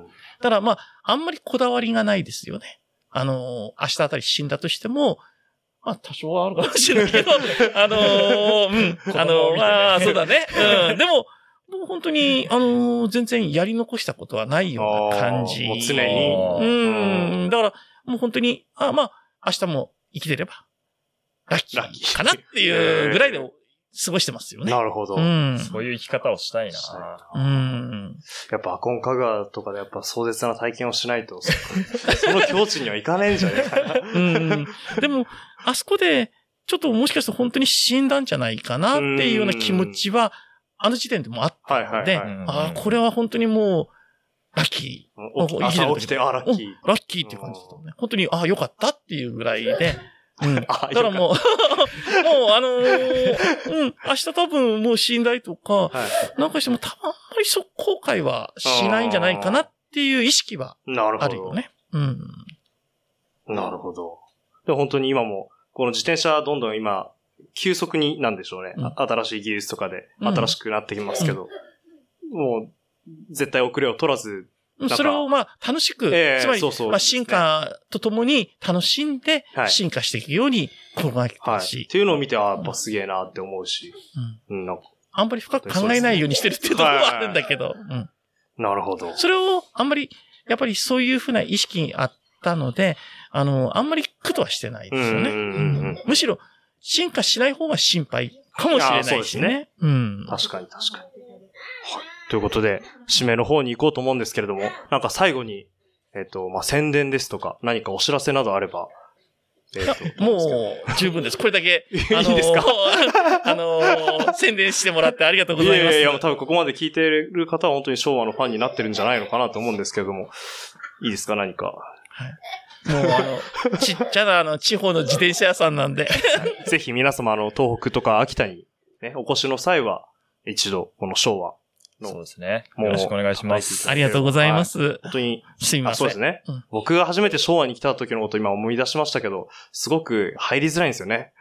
Speaker 2: ただまあ、あんまりこだわりがないですよね。あの、明日あたり死んだとしても、まあ、多少はあるかもしれないけど、あのー、うん。あのー、まあ、そうだね。うん。でも、もう本当に、あのー、全然やり残したことはないような感じ。
Speaker 3: もう常に。
Speaker 2: うん。だから、もう本当に、あまあ、明日も生きてれば、ラッキーかなっていうぐらいで過ごしてますよね。
Speaker 3: なるほど、
Speaker 2: うん。
Speaker 4: そういう生き方をしたいな。
Speaker 2: うん。
Speaker 3: やっぱアコンカガとかでやっぱ壮絶な体験をしないと、そ, その境地にはいかねえんじゃねえかな。
Speaker 2: うん。でも、あそこで、ちょっともしかして本当に死んだんじゃないかなっていうような気持ちは、あの時点でもあったので、ああ、これは本当にもう、ラッキ
Speaker 3: ー。朝起きて、ああ、ラッキー。
Speaker 2: ラッキーっていう感じだったね。本当に、ああ、よかったっていうぐらいで、うん。だからもう、もうあのー、うん、明日多分もう死んだりとか、はい、なんかしても多分あんまりそう後悔はしないんじゃないかなっていう意識はあるよね。うん。
Speaker 3: なるほど。で本当に今も、この自転車どんどん今、急速になんでしょうね。うん、新しい技術とかで新しくなってきますけど、うん、もう絶対遅れを取らず
Speaker 2: それをまあ楽しく、えー、つまり、そうそうまあ、進化とともに楽しんで進化していくように心がけてほしい、はい。
Speaker 3: っていうのを見て、あやっぱすげえなって思うし、
Speaker 2: うんうん、なんかあんまり深く考えないようにしてるっていうところはあるんだけど、うん、
Speaker 3: なるほど。
Speaker 2: それをあんまり、やっぱりそういうふうな意識にあったので、あの、あんまり苦とはしてないですよね。うんうんうん、むしろ進化しない方が心配かもしれないしね。そうですね。うん。
Speaker 3: 確かに確かに。はい。ということで、締めの方に行こうと思うんですけれども、なんか最後に、えっと、まあ、宣伝ですとか、何かお知らせなどあれば、
Speaker 2: えー、ともう、十分です。これだけ、
Speaker 3: あのー、いいですか
Speaker 2: あのー、宣伝してもらってありがとうございます。いや
Speaker 3: いやいや、多分ここまで聞いている方は本当に昭和のファンになってるんじゃないのかなと思うんですけれども、いいですか、何か。はい。
Speaker 2: もう、あの、ちっちゃな、あの、地方の自転車屋さんなんで。
Speaker 3: ぜひ皆様、あの、東北とか秋田に、ね、お越しの際は、一度、この昭和。
Speaker 4: そうですね。よろしくお願いします。
Speaker 2: ありがとうございます。はい、
Speaker 3: 本当に。
Speaker 2: すいません。
Speaker 3: そうですね、うん。僕が初めて昭和に来た時のこと今思い出しましたけど、すごく入りづらいんですよね。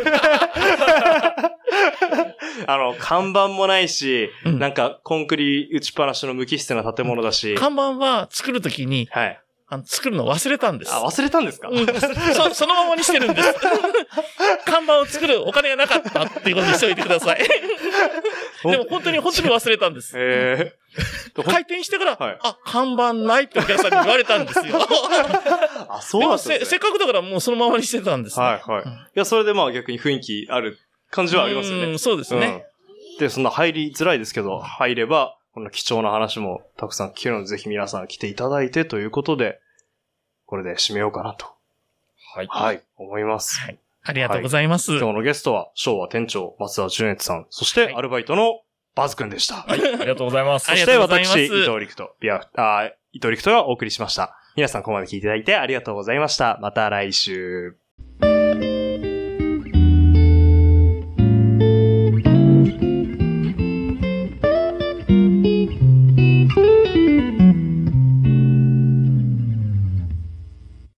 Speaker 3: あの、看板もないし、うん、なんかコンクリ打ちっぱなしの無機質な建物だし。
Speaker 2: 看板は作るときに、はい。あの、作るの忘れたんです。
Speaker 3: あ、忘れたんですか、うん、
Speaker 2: そ、そのままにしてるんです。看板を作るお金がなかったっていうことにしておいてください。でも本当に本当に忘れたんです。へー。開店してから、はい、あ、看板ないってお客さんに言われたんですよ。
Speaker 3: あ、そうなんですね。
Speaker 2: せ、せっかくだからもうそのままにしてたんです、ね。
Speaker 3: はいはい。うん、いや、それでまあ逆に雰囲気ある感じはありますよね。
Speaker 2: うん、そうですね、
Speaker 3: うん。で、そんな入りづらいですけど、入れば、この貴重な話もたくさん聞けるので、ぜひ皆さん来ていただいてということで、これで締めようかなと。はい。はい。思います。はい。
Speaker 2: ありがとうございます。はい、
Speaker 3: 今日のゲストは、昭和店長、松田純越さん、そしてアルバイトのバズくんでした。
Speaker 4: はい。ありがとうございます。
Speaker 3: そして私、伊藤陸斗、いや、あ、伊藤陸斗がお送りしました。皆さんここまで聞いていただいてありがとうございました。また来週。